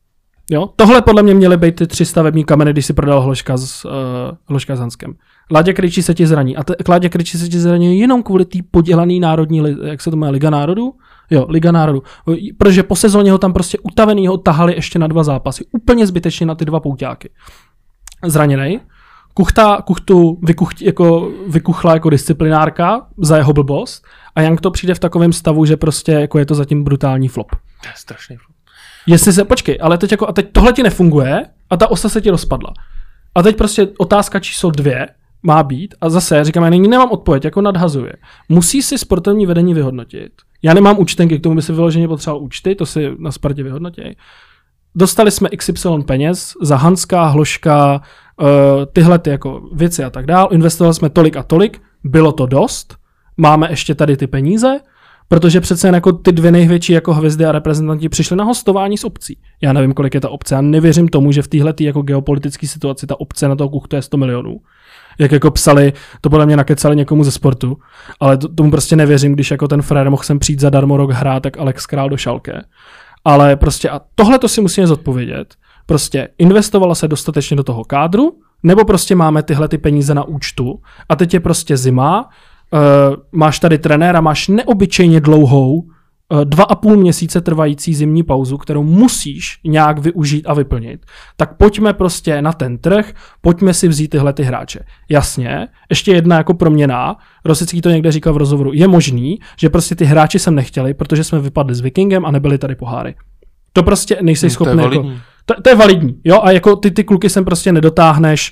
Jo? Tohle podle mě měly být ty tři stavební kameny, když si prodal Hloška s, uh, Hloška s Hanskem. Láďa Krejčí se ti zraní. A te, Láďa Krejčí se ti zraní jenom kvůli té podělaný národní, jak se to jmenuje, Liga národů? Jo, Liga národů. Protože po sezóně ho tam prostě utavenýho tahali ještě na dva zápasy. Úplně zbytečně na ty dva pouťáky. Zraněnej. Kuchta, Kuchtu vykucht, jako, vykuchla jako disciplinárka za jeho blbost a Jank to přijde v takovém stavu, že prostě jako je to zatím brutální flop. To je strašný flop. Jestli se, počkej, ale teď jako, a teď tohle ti nefunguje a ta osa se ti rozpadla. A teď prostě otázka číslo dvě má být, a zase říkám, já nyní nemám odpověď, jako nadhazuje. Musí si sportovní vedení vyhodnotit. Já nemám účtenky, k tomu by si vyloženě potřeboval účty, to si na Spartě vyhodnotí. Dostali jsme iks ypsilon peněz za Hanska, Hloška, uh, tyhle ty jako věci a tak dál. Investovali jsme tolik a tolik, bylo to dost. Máme ještě tady ty peníze, protože přece jen jako ty dvě největší jako hvězdy a reprezentanti přišli na hostování z obcí. Já nevím, kolik je ta obce, já nevěřím tomu, že v téhletý jako geopolitické situaci ta obce na toho Kuchtu je sto milionů. Jak jako psali, to podle mě nakecali někomu ze sportu, ale to, tomu prostě nevěřím, když jako ten frér mohl sem přijít zadarmo rok hrát, tak Alex Král do Šalke. Ale prostě a tohle to si musíme zodpovědět. Prostě investovalo se dostatečně do toho kádru, nebo prostě máme tyhle ty peníze na účtu a teď je prostě zima, uh, máš tady trenéra, máš neobyčejně dlouhou, uh, dva a půl měsíce trvající zimní pauzu, kterou musíš nějak využít a vyplnit. Tak pojďme prostě na ten trh, pojďme si vzít tyhle ty hráče. Jasně, ještě jedna jako proměna, Rosický to někde říkal v rozhovoru, je možný, že prostě ty hráči sem nechtěli, protože jsme vypadli s Vikingem a nebyli tady poháry. To prostě nejsi schopný. To je jako, to, to je validní, jo, a jako ty, ty kluky sem prostě nedotáhneš.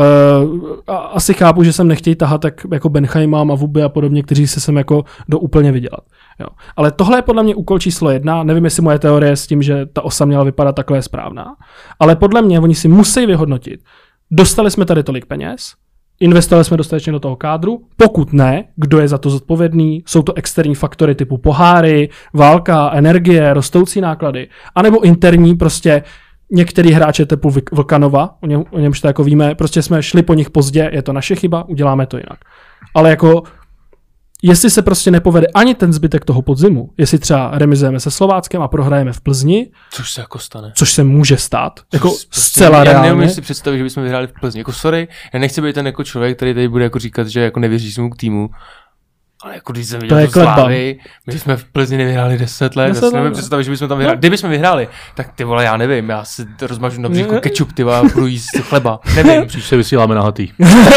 Uh, a, asi chápu, že sem nechtějí tahat tak jako Benchajma, Mavuby a podobně, kteří se sem jako do úplně vydělat. Jo. Ale tohle je podle mě úkol číslo jedna, nevím, jestli moje teorie s tím, že ta osa měla vypadat takhle je správná, ale podle mě oni si musí vyhodnotit. Dostali jsme tady tolik peněz, investovali jsme dostatečně do toho kádru, pokud ne, kdo je za to zodpovědný, jsou to externí faktory typu poháry, válka, energie, rostoucí náklady, anebo interní prostě některý hráče typu Vlkanova, o, něm, o němž to jako víme, prostě jsme šli po nich pozdě, je to naše chyba, uděláme to jinak. Ale jako, jestli se prostě nepovede ani ten zbytek toho podzimu, jestli třeba remizujeme se Slováckem a prohrajeme v Plzni, což se jako stane. Což se může stát, což jako prostě zcela reálně. Já neumím si představit, že bychom vyhráli v Plzni. Jako sorry, já nechci být ten jako člověk, který tady bude jako říkat, že jako nevěří svému týmu. Ale jako když jsem viděl to Slávy, my jsme v Plzni nevyhráli deset let, já si nevím představit, že bychom tam vyhráli. No. Kdybychom vyhráli, tak ty vole, já nevím, já si rozmažu na bříšku kečup, ty vole, budu jíst chleba, nevím. Příště vysíláme na hatý.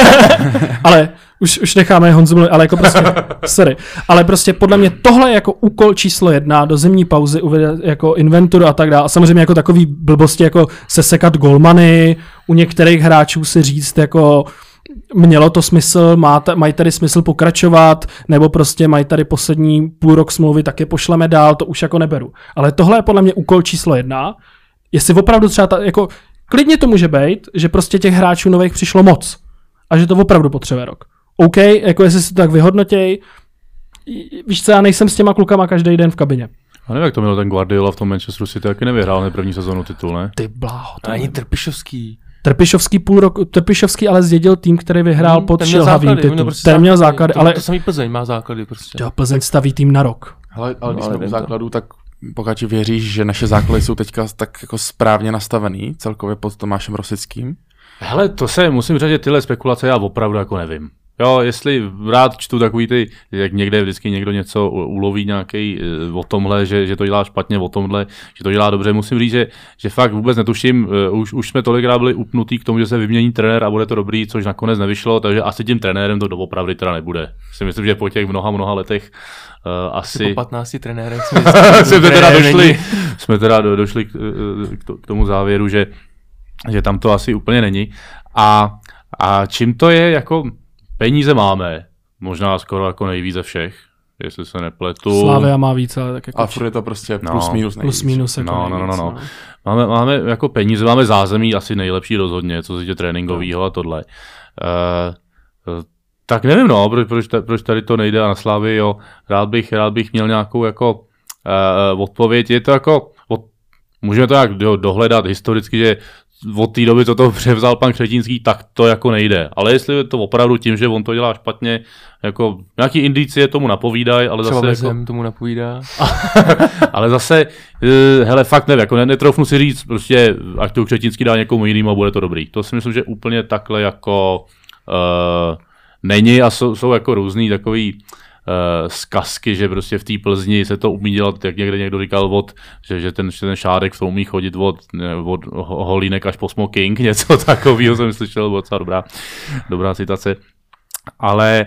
Ale už, už necháme Honzu mluvit, ale jako prostě, sorry, ale prostě podle mě tohle je jako úkol číslo jedna do zimní pauzy, uvede jako inventuru a tak dále. A samozřejmě jako takový blbosti, jako sesekat golmany, u některých hráčů si říct jako mělo to smysl, má ta, mají tady smysl pokračovat, nebo prostě mají tady poslední půl rok smlouvy, tak je pošleme dál, to už jako neberu. Ale tohle je podle mě úkol číslo jedna. Jestli opravdu třeba, ta, jako klidně to může být, že prostě těch hráčů nových přišlo moc a že to opravdu potřebuje rok. OK, jako jestli si to tak vyhodnotěj, víš co, já nejsem s těma klukama každý den v kabině. A nevím, jak to měl ten Guardiola v tom Manchesteru City, taky nevyhrál ne první sezónu titul, ne? Ty bláho. To ani Trpišovský. Trpišovský půl roku, Trpišovský ale zdědil tým, který vyhrál hmm, pod Šilhavým titul. Prostě ten měl základy, ale... To samý Plzeň má základy prostě. Jo, Plzeň staví tým na rok. Hele, ale když no, jsme u základů, tak pokud věříš, že naše základy jsou teďka tak jako správně nastavený, celkově pod Tomášem Rosickým? Hele, to se musím říct, že tyhle spekulace já opravdu jako nevím. Jo, jestli rád čtu takový ty, jak někde vždycky někdo něco uloví nějaký o tomhle, že, že to dělá špatně, o tomhle, že to dělá dobře, musím říct, že, že fakt vůbec netuším, už, už jsme tolikrát byli upnutí k tomu, že se vymění trenér a bude to dobrý, což nakonec nevyšlo, takže asi tím trenérem to doopravdy teda nebude. Si myslím, že po těch mnoha, mnoha letech uh, asi... Po patnácti trenérech jsme, jsme teda došli, jsme teda do, došli k, k tomu závěru, že, že tam to asi úplně není. A, a čím to je, jako peníze máme, možná skoro jako nejvíc ze všech, jestli se nepletu. Slavia má víc, ale tak jako... A furt je to prostě plus no, minus nejvíc. Plus minus jako no, nejvíc, no, no, no. no. Máme, máme jako peníze, máme zázemí asi nejlepší rozhodně, co se týče tréninkového a tohle. Uh, tak nevím, no, proč, proč, proč tady to nejde a na Slavii, jo. Rád bych, rád bych měl nějakou jako uh, odpověď. Je to jako, od, můžeme to nějak do, dohledat historicky, že od té doby, co to převzal pan Křetínský, tak to jako nejde. Ale jestli je to opravdu tím, že on to dělá špatně, jako nějaký indicie tomu napovídají, ale třeba zase jako... tomu napovídá. Ale zase, hele, fakt nevím, jako netroufnu si říct, prostě, ať to Křetínský dá někomu jinému a bude to dobrý. To si myslím, že úplně takhle jako uh, není a jsou, jsou jako různý takový uh, zkazky, že prostě v té Plzni se to umí dělat, jak někde někdo říkal, od, že, že, ten, že ten Šádek to umí chodit od, od Holínek až po Smoking, něco takového jsem slyšel, bylo docela dobrá, dobrá citace. Ale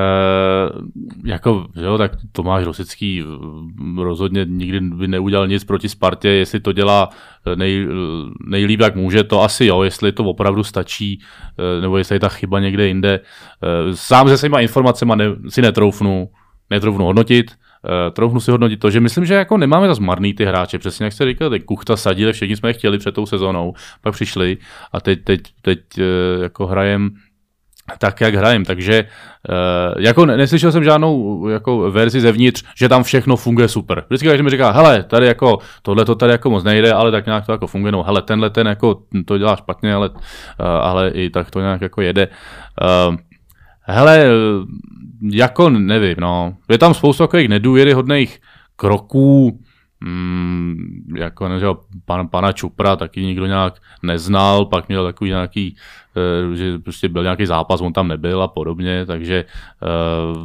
Uh, jako, jo, tak Tomáš Rosický rozhodně nikdy by neudělal nic proti Spartě, jestli to dělá nej, nejlíp, jak může, to asi jo, jestli to opravdu stačí, uh, nebo jestli je ta chyba někde jinde. Uh, sám se svýma informacema ne, si netroufnu, netroufnu hodnotit, uh, troufnu si hodnotit to, že myslím, že jako nemáme zas marný ty hráče, přesně jak jste říkal, teď Kuchta sadili, všichni jsme je chtěli před tou sezónou, pak přišli a teď, teď, teď uh, jako hrajem tak, jak hrajem, takže uh, jako neslyšel jsem žádnou jako verzi zevnitř, že tam všechno funguje super. Vždycky každý mi říká, hele, tady jako, tohle to tady jako moc nejde, ale tak nějak to jako funguje, no hele, tenhle ten jako to dělá špatně, ale, uh, ale i tak to nějak jako jede. Uh, hele, jako nevím, no, je tam spoustu takových nedůvěryhodných kroků, Mm, jako nežel, pan, pana Čupra taky nikdo nějak neznal, pak měl takový nějaký, uh, že prostě byl nějaký zápas, on tam nebyl a podobně, takže uh,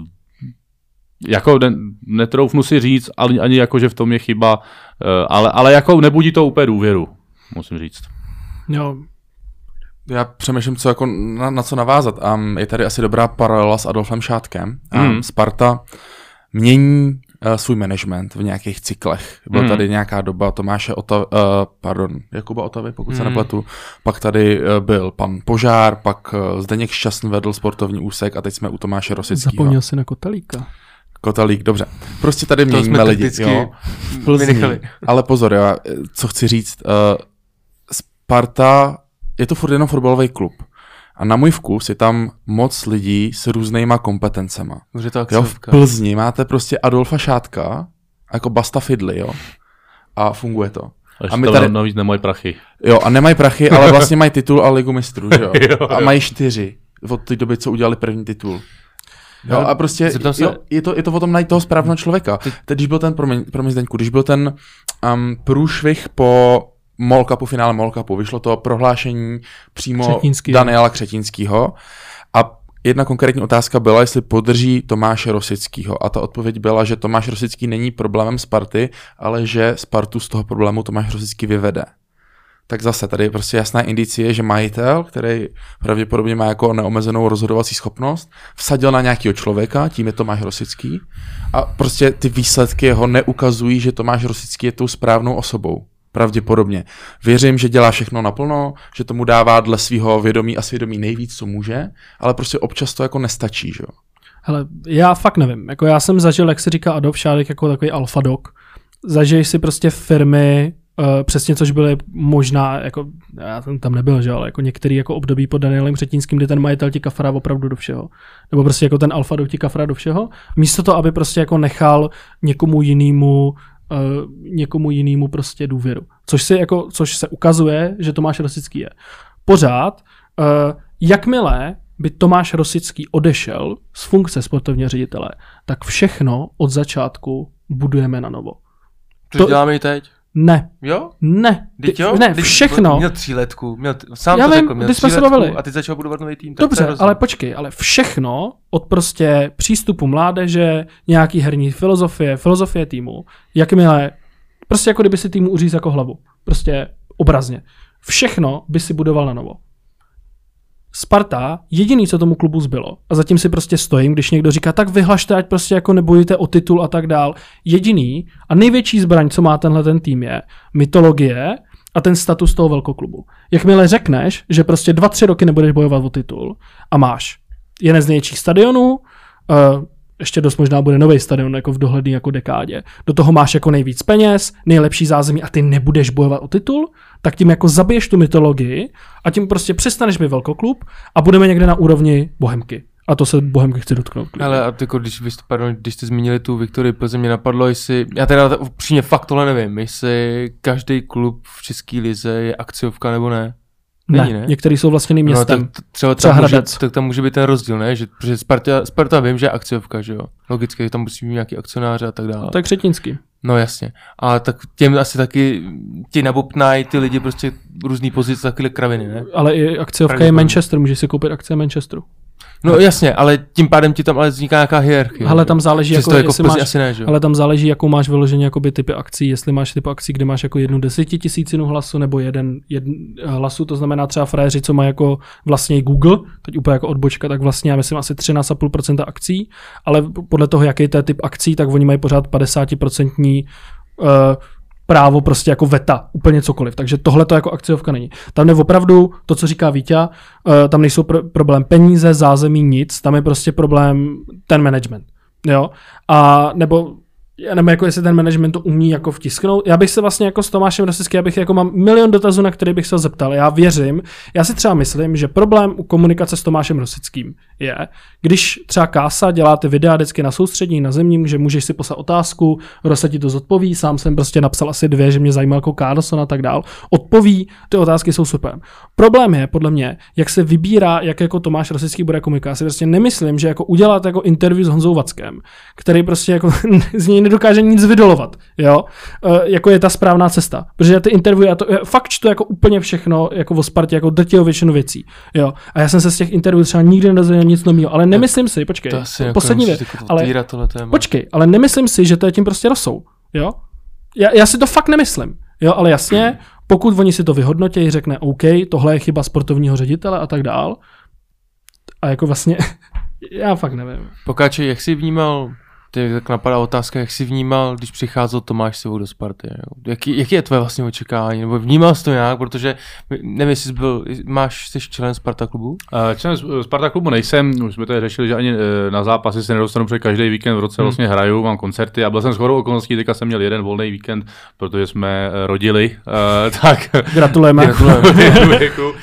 jako ne, netroufnu si říct, ani, ani jako, že v tom je chyba, uh, ale, ale jako nebudí to úplně důvěru, musím říct. Jo. Já přemýšlím, co jako na, na co navázat. Um, je tady asi dobrá paralela s Adolfem Šátkem. Um, mm. Sparta mění uh, svůj management v nějakých cyklech. Byla mm. tady nějaká doba Tomáše Ota, uh, pardon, Jakuba Otavy, pokud mm. se nepletu. Pak tady uh, byl pan Požár, pak uh, Zdeněk Šťastný vedl sportovní úsek a teď jsme u Tomáše Rosického. Zapomněl si na Kotalíka. Kotalík, dobře. Prostě tady měníme lidi. Jo, v Plzni. Ale pozor, já, co chci říct. Uh, Sparta, je to furt jenom fotbalový klub. A na můj vkus je tam moc lidí s různýma kompetencema. Jo, v Plzni máte prostě Adolfa Šátka, jako Basta Fidli, jo. A funguje to. A my tady navíc nemají prachy. Jo, a nemají prachy, ale vlastně mají titul a ligu mistrů, jo. jo. A mají čtyři od té doby, co udělali první titul. Jo, a prostě se... jo, je, to, je to o tom najít toho správného člověka. Teď, když byl ten, promiň, promiň Zdeňku, když byl ten um, průšvih po Mall Cupu, finále Mall Cupu, vyšlo to prohlášení přímo Křetínský, Daniela Křetínského a jedna konkrétní otázka byla, jestli podrží Tomáše Rosického a ta odpověď byla, že Tomáš Rosický není problémem Sparty, ale že Spartu z toho problému Tomáš Rosický vyvede. Tak zase tady je prostě jasná indicie, že majitel, který pravděpodobně má jako neomezenou rozhodovací schopnost, vsadil na nějakého člověka, tím je Tomáš Rosický a prostě ty výsledky jeho neukazují, že Tomáš Rosický je tou správnou osobou. Pravděpodobně. Věřím, že dělá všechno naplno, že tomu dává dle svého vědomí a svědomí nejvíc, co může, ale prostě občas to jako nestačí, že jo. Hele, já fakt nevím. Jako já jsem zažil, jak se říká Adolf Šádek, jako takový alfa dog. Zažiješ si prostě firmy, uh, přesně což byly možná, jako já jsem tam nebyl, že, ale jako některý jako období pod Danielem Křetínským, kdy ten majitel ti kafrá opravdu do všeho. Nebo prostě jako ten alfa dog ti kafrá do všeho. Místo to, aby prostě jako nechal někomu jinému Uh, někomu jinému prostě důvěru. Což, si jako, což se ukazuje, že Tomáš Rosický je. Pořád, uh, jakmile by Tomáš Rosický odešel z funkce sportovního ředitele, tak všechno od začátku budujeme na novo. To děláme i teď. Ne. Jo? Ne. Teď jo? Ne, všechno. Měl tříletku, měl, sám Já to vím, řekl, měl ty jsme se tříletku bavili. a ty začal budovat nový tým. Dobře, ale počkej, ale všechno od prostě přístupu mládeže, nějaký herní filozofie, filozofie týmu, jakmile, prostě jako kdyby si týmu uříz jako hlavu. Prostě obrazně. Všechno by si budoval na novo. Sparta, jediný, co tomu klubu zbylo, a zatím si prostě stojím, když někdo říká, tak vyhlašte, ať prostě jako nebojíte o titul a tak dál. Jediný a největší zbraň, co má tenhle ten tým, je mytologie a ten status toho velkoklubu. Jakmile řekneš, že prostě dva, tři roky nebudeš bojovat o titul a máš jeden z největších stadionů, uh, ještě dost možná bude nový stadion jako v dohledný jako dekádě. Do toho máš jako nejvíc peněz, nejlepší zázemí a ty nebudeš bojovat o titul, tak tím jako zabiješ tu mytologii a tím prostě přestaneš být velkoklub a budeme někde na úrovni Bohemky. A to se Bohemky chci dotknout. Ale a tyko, když, vy, pardon, když jste zmínili tu Viktorii Plzeň, mě napadlo, jestli, já teda upřímně fakt tohle nevím, jestli každý klub v české lize je akciovka nebo ne. Není, ne, ne? některý jsou vlastně městem. No, tak třeba, třeba tam může, Hradec. tak tam může být ten rozdíl, ne? Že, protože Sparta, Sparta vím, že je akciovka, že jo? Logicky, tam musí mít nějaký akcionáře a tak dále. To je Křetínský. No jasně. A tak těm asi taky ti nabopnají ty lidi prostě různý pozice, takové kraviny, ne? Ale i akciovka je Manchester, můžeš si koupit akcie Manchesteru. No jasně, ale tím pádem ti tam ale vzniká nějaká hierarchie. Ale tam záleží, jako, jako jestli máš, asi ne, že? ale tam záleží, jakou máš vyloženě jakoby typy akcí, jestli máš typy akcí, kde máš jako jednu desetitisícinu hlasu nebo jeden, jeden hlasu, to znamená třeba frajeři, co má jako vlastně Google, teď úplně jako odbočka, tak vlastně já myslím asi třináct celá pět procenta akcí, ale podle toho, jaký to je typ akcí, tak oni mají pořád padesát procent uh, právo prostě jako veta, úplně cokoliv. Takže tohle to jako akciovka není. Tam je opravdu to, co říká Vítě, uh, tam nejsou pro- problém peníze, zázemí, nic, tam je prostě problém ten management. Jo? A nebo já nevím, jako jestli ten management to umí jako vtisknout. Já bych se vlastně jako s Tomášem Rosickým, já bych jako mám milion dotazů, na který bych se zeptal. Já věřím, já si třeba myslím, že problém u komunikace s Tomášem Rosickým je, když třeba Kása dělá ty videa vždycky na soustředění na zemním, že můžeš si poslat otázku, Rosa ti to zodpoví, sám jsem prostě napsal asi dvě, že mě zajímal jako Carlson a tak dál. Odpoví, ty otázky jsou super. Problém je podle mě, jak se vybírá, jak jako Tomáš Rosický bude komunikovat. Já si prostě nemyslím, že jako udělat jako interview s Honzou Vackem, který prostě jako z něj nedokáže nic vydolovat, jo, e, jako je ta správná cesta, protože ty interview, já to já fakt čtu jako úplně všechno, jako o Spartě, jako drtivou většinu věcí, jo, a já jsem se z těch interview třeba nikdy nedozvěděl nic nového, ale nemyslím si, počkej, to asi poslední věc, ale, počkej, ale nemyslím si, že to je tím prostě Rosou, jo, já, já si to fakt nemyslím, jo, ale jasně, pokud oni si to vyhodnotí, řekne OK, tohle je chyba sportovního ředitele a tak dál, a jako vlastně, já fakt nevím. Pokáči, jak jsi vnímal, ty tak napadá otázka, jak jsi vnímal, když přicházel Tomáš Sivok do Sparty? Jaký, jaký je tvoje vlastně očekávání? Nebo vnímal jsi to nějak, protože nevím, jestli jsi byl, máš, jsi člen Sparta klubu? Uh, člen Sparta klubu nejsem, už jsme tady řešili, že ani na zápasy se nedostanu, protože každý víkend v roce hmm. vlastně hraju, mám koncerty a byl jsem shodou okolností, teďka jsem měl jeden volný víkend, protože jsme rodili, uh, tak gratulujeme. Gratulujeme. uh,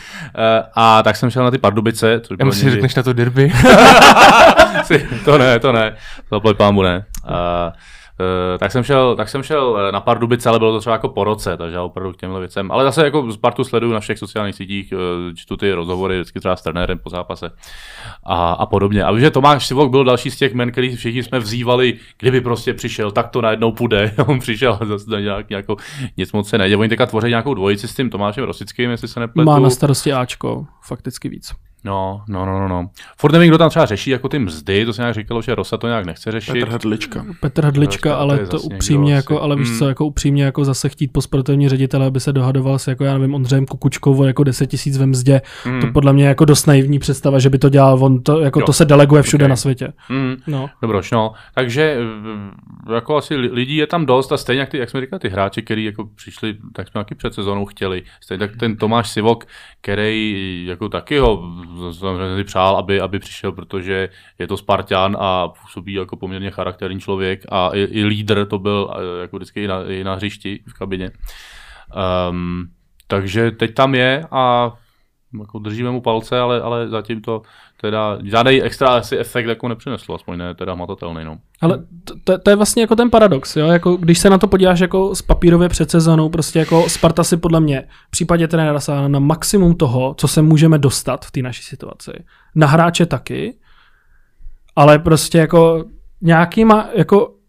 a tak jsem šel na ty Pardubice. Což já musím řekneš na to derby. to ne, to ne, zaplať pámu ne. Uh, Uh, tak, jsem šel, tak jsem šel na Pardubice, ale bylo to třeba jako po roce, takže já opravdu k těmhle věcem. Ale zase jako Spartu sleduju na všech sociálních sítích, uh, čtu ty rozhovory vždycky třeba s trenérem po zápase a, a podobně. A vím, že Tomáš Sivok byl další z těch men, který všichni jsme vzývali, kdyby prostě přišel, tak to najednou půjde. On přišel a zase nějak, nějakou, nic moc se nejde. Oni teďka tvoří nějakou dvojici s tím Tomášem Rosickým, jestli se nepletu. Má na starosti Ačko, fakticky víc. No, no, no, no, no. Furt nevím, kdo tam třeba řeší jako ty mzdy, to se nějak říkalo, že Rosa to nějak nechce řešit. Petr Hrdlička. Petr Hrdlička, no, ale to, to upřímně jako, asi. ale víš hmm. co, jako upřímně jako zase chtít po sportovní ředitele, aby se dohadoval s jako já nevím Ondřejem Kukučkou o jako deset tisíc ve mzdě, hmm. to podle mě jako dost naivní představa, že by to dělal on, to, jako to se deleguje všude okay. na světě. Hmm. No. Dobroš, no. Takže jako asi lidí je tam dost a stejně jak, ty, jak jsme říkali, ty hráči, kteří jako přišli, tak jsme taky před sezónou chtěli. Stejně tak ten Tomáš Sivok, který jako taky ho samozřejmě přál, aby, aby přišel, protože je to Spartan a působí jako poměrně charakterní člověk a i, i lídr to byl jako vždycky i na, i na hřišti v kabině. Um, takže teď tam je a jako držíme mu palce, ale, ale zatím to teda žádný extra asi efekt jako nepřineslo, aspoň ne teda hmatatelný. No. Ale to, to je vlastně jako ten paradox, jo? Jako, když se na to podíváš jako z papírově před sezónou, prostě jako Sparta si podle mě v případě trenéra sáhla na maximum toho, co se můžeme dostat v té naší situaci. Na hráče taky, ale prostě jako nějakýma, jako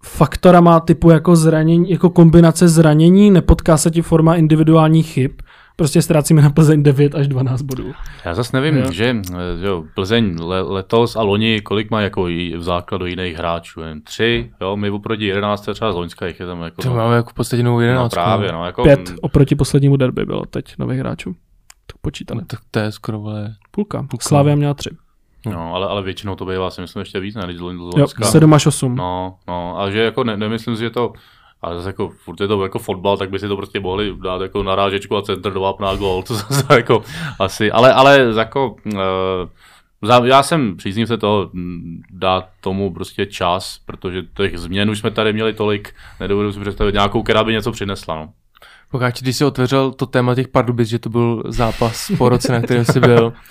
faktorama typu jako zranění, jako kombinace zranění, nepotká se ti forma individuálních chyb, prostě ztrácíme na Plzeň devět až dvanáct bodů. Já zase nevím, jo. že jo, Plzeň le, letos a loni, kolik má jako v základu jiných hráčů, jen tři, jo, my oproti jedenáct třeba z loňska jich je tam jako... To no, máme jako v podstatě novou jedenáct. No právě, no. Jako... Pět oproti poslednímu derby bylo teď nových hráčů. Tak počítali. No, tak to je skoro, vole... Půlka. Půlka. Slavia měla tři. No, ale, ale většinou to bývá, si myslím, ještě víc, ne, z loňska. Jo, sedm až osm. No, no, a že jako ne, nemyslím si, že to... Ale zase jako, furt je to jako fotbal, tak by si to prostě mohli dát jako narážečku a centr do vápna gól, to zase jako asi, ale, ale jako, uh, já jsem příznivce toho dát tomu prostě čas, protože těch změn už jsme tady měli tolik, nedovedu si představit nějakou, která by něco přinesla, no. Pokáč, když jsi otevřel to téma těch Pardubic, že to byl zápas po roce, na kterém jsi byl, uh,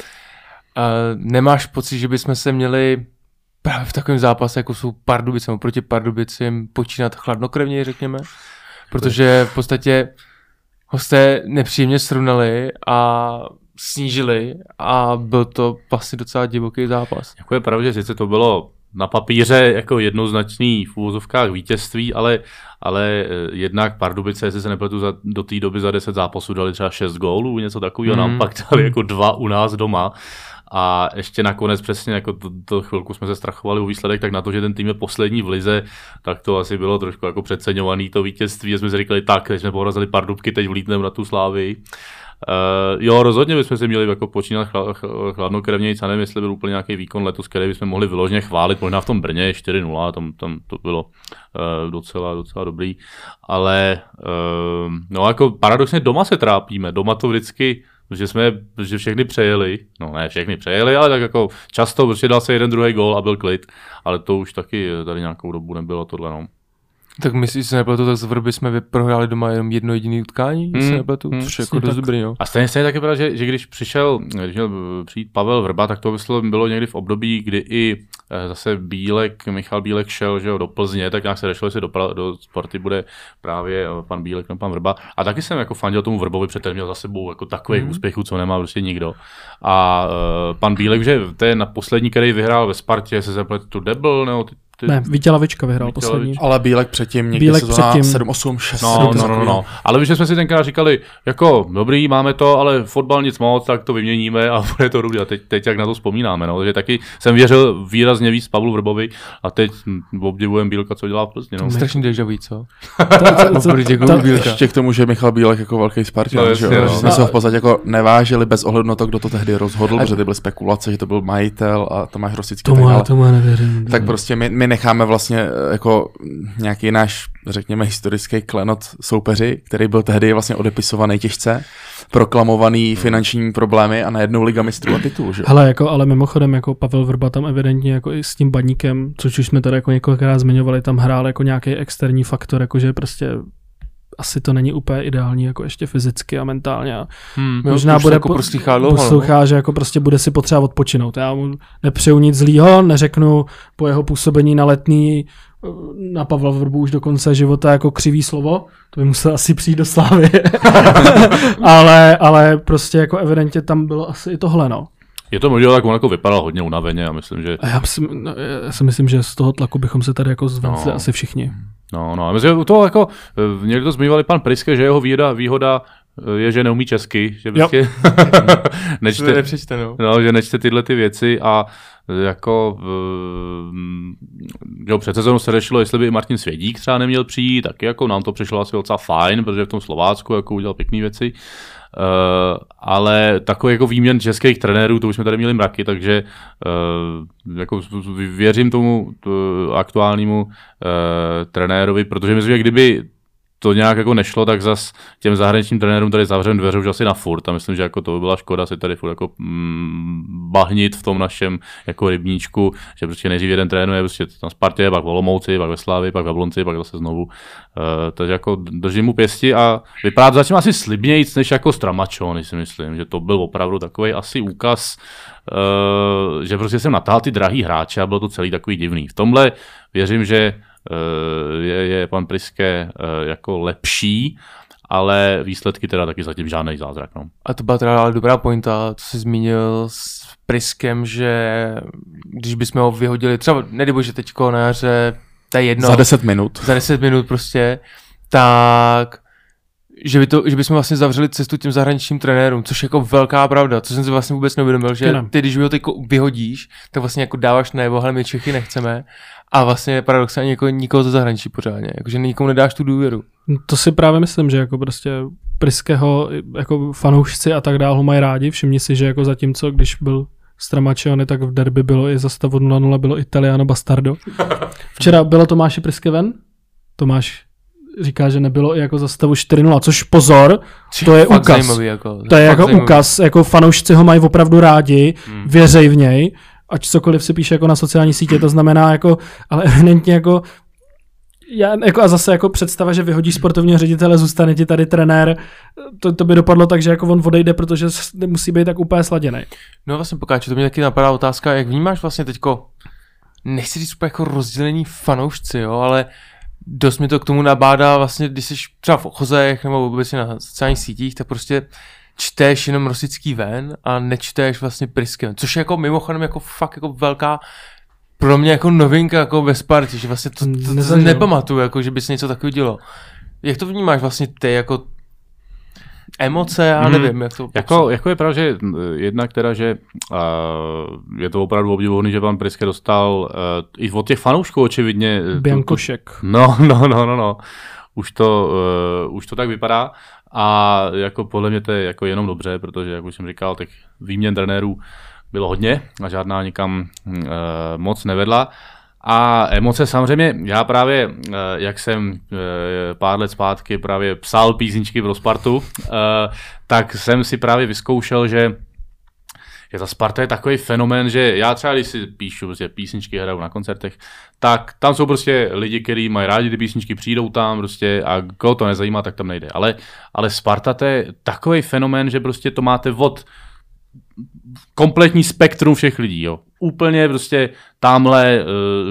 nemáš pocit, že bychom se měli právě v takovém zápase, jako jsou Pardubice, proti Pardubicím počínat chladnokrevně, řekněme, protože v podstatě hosté nepříjemně srovnali a snížili a byl to vlastně docela divoký zápas. Jako je pravda, že sice to bylo na papíře jako jednoznačný v úvozovkách vítězství, ale, ale jednak Pardubice, jestli se nepletu, za, do té doby za deset zápasů dali třeba šest gólů, něco takového, mm. nám pak dali jako dva u nás doma. A ještě nakonec přesně, jako to, to chvilku jsme se strachovali u výsledek, tak na to, že ten tým je poslední v lize, tak to asi bylo trošku jako přeceňovaný to vítězství, že jsme si říkali tak, když jsme porazili Pardubky, teď vlítneme na tu Slávii. Uh, jo, rozhodně bychom si měli jako počínat chla, chladnokrevnějc, a nevím, jestli byl úplně nějaký výkon letos, který bychom mohli vyloženě chválit, možná v tom Brně čtyři nula, tam, tam to bylo uh, docela, docela dobrý, ale uh, no jako paradoxně doma se trápíme, doma to vždycky, že jsme, že všechny přejeli, no ne všechny přejeli, ale tak jako často prostě dal se jeden druhý gól a byl klid, ale to už taky tady nějakou dobu nebylo tohle, no. Tak myslíš, že se nepletu, tak z Vrby jsme prohráli doma jenom jedno jediné utkání, mm, se nepletu, mm, což je jako dost dobrý, no. A stejně stejně taky pravda, že, že když přišel, když měl přijít Pavel Vrba, tak to bylo někdy v období, kdy i zase Bílek, Michal Bílek šel, že jo, do Plzně, tak nějak se řešilo, jestli do, do Sporty bude právě pan Bílek nebo pan Vrba. A taky jsem jako fandil tomu Vrbovi, protože měl za sebou jako takových mm. úspěchů, co nemá prostě nikdo. A uh, pan Bílek, že to je na poslední, který vyhrál ve Spartě, se zaplet tu Debl, nebo ty, ty... Ne, Vítě Lavička vyhrál Vítě poslední. Lavička. Ale Bílek předtím někdy Bílek sezóna předtím... sedm osm šest. No, no, no, no, no. Ale víš, že jsme si tenkrát říkali, jako dobrý, máme to, ale fotbal nic moc, tak to vyměníme a bude to dobrý. A teď, teď jak na to vzpomínáme, no. Takže taky jsem věřil výrazně víc Pavlu Vrbovi a teď obdivujem Bílka, co dělá v Plzni, no. Strašný deja vu, co? Ještě k tomu, že Michal Bílek jako velký Spartan, no, že jo. Jsme se ho v podstatě jako nevážili bez ohledu na to, kdo to tehdy rozhodl, protože ty byly spekulace, že to byl majitel a Tomáš Rosický. Tomu, tak, tomu nevěřím. Tak prostě my, my necháme vlastně jako nějaký náš, řekněme, historický klenot soupeři, který byl tehdy vlastně odepisovaný těžce, proklamovaný finanční problémy a najednou Liga mistrů a titul, že? Hele, jako, ale mimochodem, jako Pavel Vrba tam evidentně jako i s tím Baníkem, což už jsme tady jako několikrát zmiňovali, tam hrál jako nějaký externí faktor, jakože prostě asi to není úplně ideální, jako ještě fyzicky a mentálně. Hmm, možná bude jako poslouchá, že jako prostě bude si potřeba odpočinout. Já mu nepřeju nic zlýho, neřeknu po jeho působení na Letný na Pavla Vrbu už do konce života jako křivý slovo, to by musel asi přijít do slávy. ale, ale prostě jako evidentně tam bylo asi i tohle, no. Je to možná, tak on jako vypadal hodně unaveně a myslím, že... A já, myslím, no, já si myslím, že z toho tlaku bychom se tady jako zvenzli no. asi všichni. No, no, a myslím, že u toho jako, někdo to zmiňovali pan Priske, že jeho výhoda, výhoda je, že neumí česky, že prostě nečte, nepřečte, no. No, že nečte tyhle ty věci a jako jo, před sezónou se řešilo, jestli by i Martin Svědík třeba neměl přijít, tak jako nám to přišlo asi docela fajn, protože v tom Slovácku jako udělal pěkné věci. Uh, ale takový jako výměn českých trenérů, to už jsme tady měli mraky, takže uh, jako věřím tomu aktuálnímu uh, trenérovi, protože myslím, že kdyby to nějak jako nešlo, tak zas těm zahraničním trenérům tady zavřem dveře už asi na furt a myslím, že jako to by byla škoda si tady furt jako mm, bahnit v tom našem jako rybníčku, že prostě nejdřív jeden trénuje prostě na Spartě, pak v Olomouci, pak ve Slavii, pak v Jablonci, pak zase znovu. Uh, takže jako držím mu pěsti a vypadá to zatím asi slibnějíc než jako Stramačony, si myslím, že to byl opravdu takový asi úkaz, uh, že prostě jsem natáhl ty drahý hráče a bylo to celý takový divný. V tomhle věřím, že Je, je pan Priske jako lepší, ale výsledky teda taky zatím žádný zázrak. No. A to byla teda ale dobrá pointa, co jsi zmínil s Priskem, že když bychom ho vyhodili, třeba nedej bože teďko na jaře to je jedno. Za deset minut. Za deset minut prostě, tak že, by to, že bychom vlastně zavřeli cestu těm zahraničním trenérům, což je jako velká pravda, co jsem si vlastně vůbec neuvědomil, že ty, když ho teď vyhodíš, tak vlastně jako dáváš najevo, hele, my Čechy nechceme a vlastně paradoxně jako nikoho ze zahraničí pořádně, jakože nikomu nedáš tu důvěru. To si právě myslím, že jako prostě Priského jako fanoušci a tak dál ho mají rádi, všimni si, že jako zatímco, když byl Stramačeony, tak v derby bylo i za stavu nula nula bylo Italiano Bastardo. Včera bylo Tomáši Priske ven? Tomáš říká, že nebylo i jako za stavu čtyři nula, což pozor, to je ukaz. Zajímavý, jako, to je jako zajímavý. Ukaz, jako fanoušci ho mají opravdu rádi, hmm. věřej v něj, ať cokoliv si píše jako na sociální sítě, to znamená jako, ale evidentně jako, já, jako a zase jako představa, že vyhodí sportovního ředitele, zůstane ti tady trenér, to, to by dopadlo tak, že jako on odejde, protože musí být tak úplně sladěný. No vlastně pokáči, to mě taky napadá otázka, jak vnímáš vlastně teďko, nechci říct úplně jako rozdělení fanoušci, jo, ale dost mi to k tomu nabádá vlastně, když jsi třeba v ochozech nebo vůbec na sociálních sítích, tak prostě čteš jenom Rosický ven a nečteš vlastně Priskem, což je jako mimochodem jako fakt jako velká pro mě jako novinka jako ve Spartě, že vlastně to, to, to nepamatuju, jako, že by se něco takového dělo. Jak to vnímáš vlastně ty jako emoce, já nevím, hmm. jak to jako, jako je pravda, že jedna, která, že uh, je to opravdu obdivuhodný, že pan Priske dostal uh, i od těch fanoušků očividně. Biankošek. No, no, no, no, no. Už to, uh, už to tak vypadá a jako podle mě to je jako jenom dobře, protože, jak už jsem říkal, těch výměn trenérů bylo hodně a žádná nikam uh, moc nevedla. A emoce samozřejmě, já právě, jak jsem pár let zpátky právě psal písničky pro Spartu, tak jsem si právě vyzkoušel, že je ta Sparta je takový fenomén, že já třeba, když si píšu prostě písničky, hraju na koncertech, tak tam jsou prostě lidi, kteří mají rádi ty písničky, přijdou tam prostě a koho to nezajímá, tak tam nejde. Ale, ale Sparta to je takový fenomén, že prostě to máte od kompletní spektrum všech lidí, jo. Úplně prostě tamhle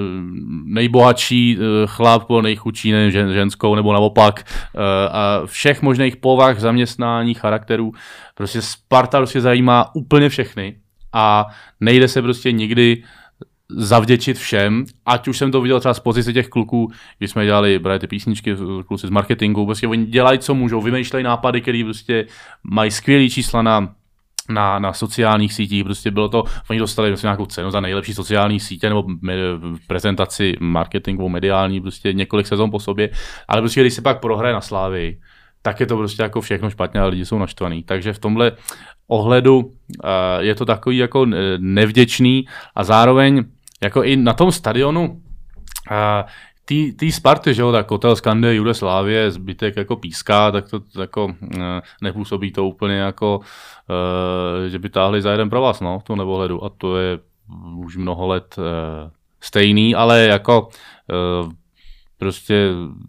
nejbohatší chlap po nejchudší ne, ženskou nebo naopak a všech možných povah, zaměstnání, charakterů. Prostě Sparta prostě zajímá úplně všechny a nejde se prostě nikdy zavděčit všem, ať už jsem to viděl třeba z pozice těch kluků, když jsme dělali právě ty písničky, kluci z marketingu, prostě oni dělají, co můžou, vymýšlejí nápady, které prostě mají skvělý čísla na Na, na sociálních sítích, prostě bylo to, oni dostali prostě nějakou cenu za nejlepší sociální sítě nebo me, prezentaci marketingovou, mediální, prostě několik sezon po sobě, ale prostě když se pak prohraje na Slávii, tak je to prostě jako všechno špatně a lidi jsou naštvaný. Takže v tomhle ohledu uh, je to takový jako nevděčný a zároveň jako i na tom stadionu uh, Tý, tý Sparty, že jo, tak Kotel skanduje Jude Slávie, zbytek jako píská, tak to jako ne, nepůsobí to úplně jako, uh, že by táhli za jeden pro vás, no, v tom ohledu. A to je už mnoho let uh, stejný, ale jako uh, prostě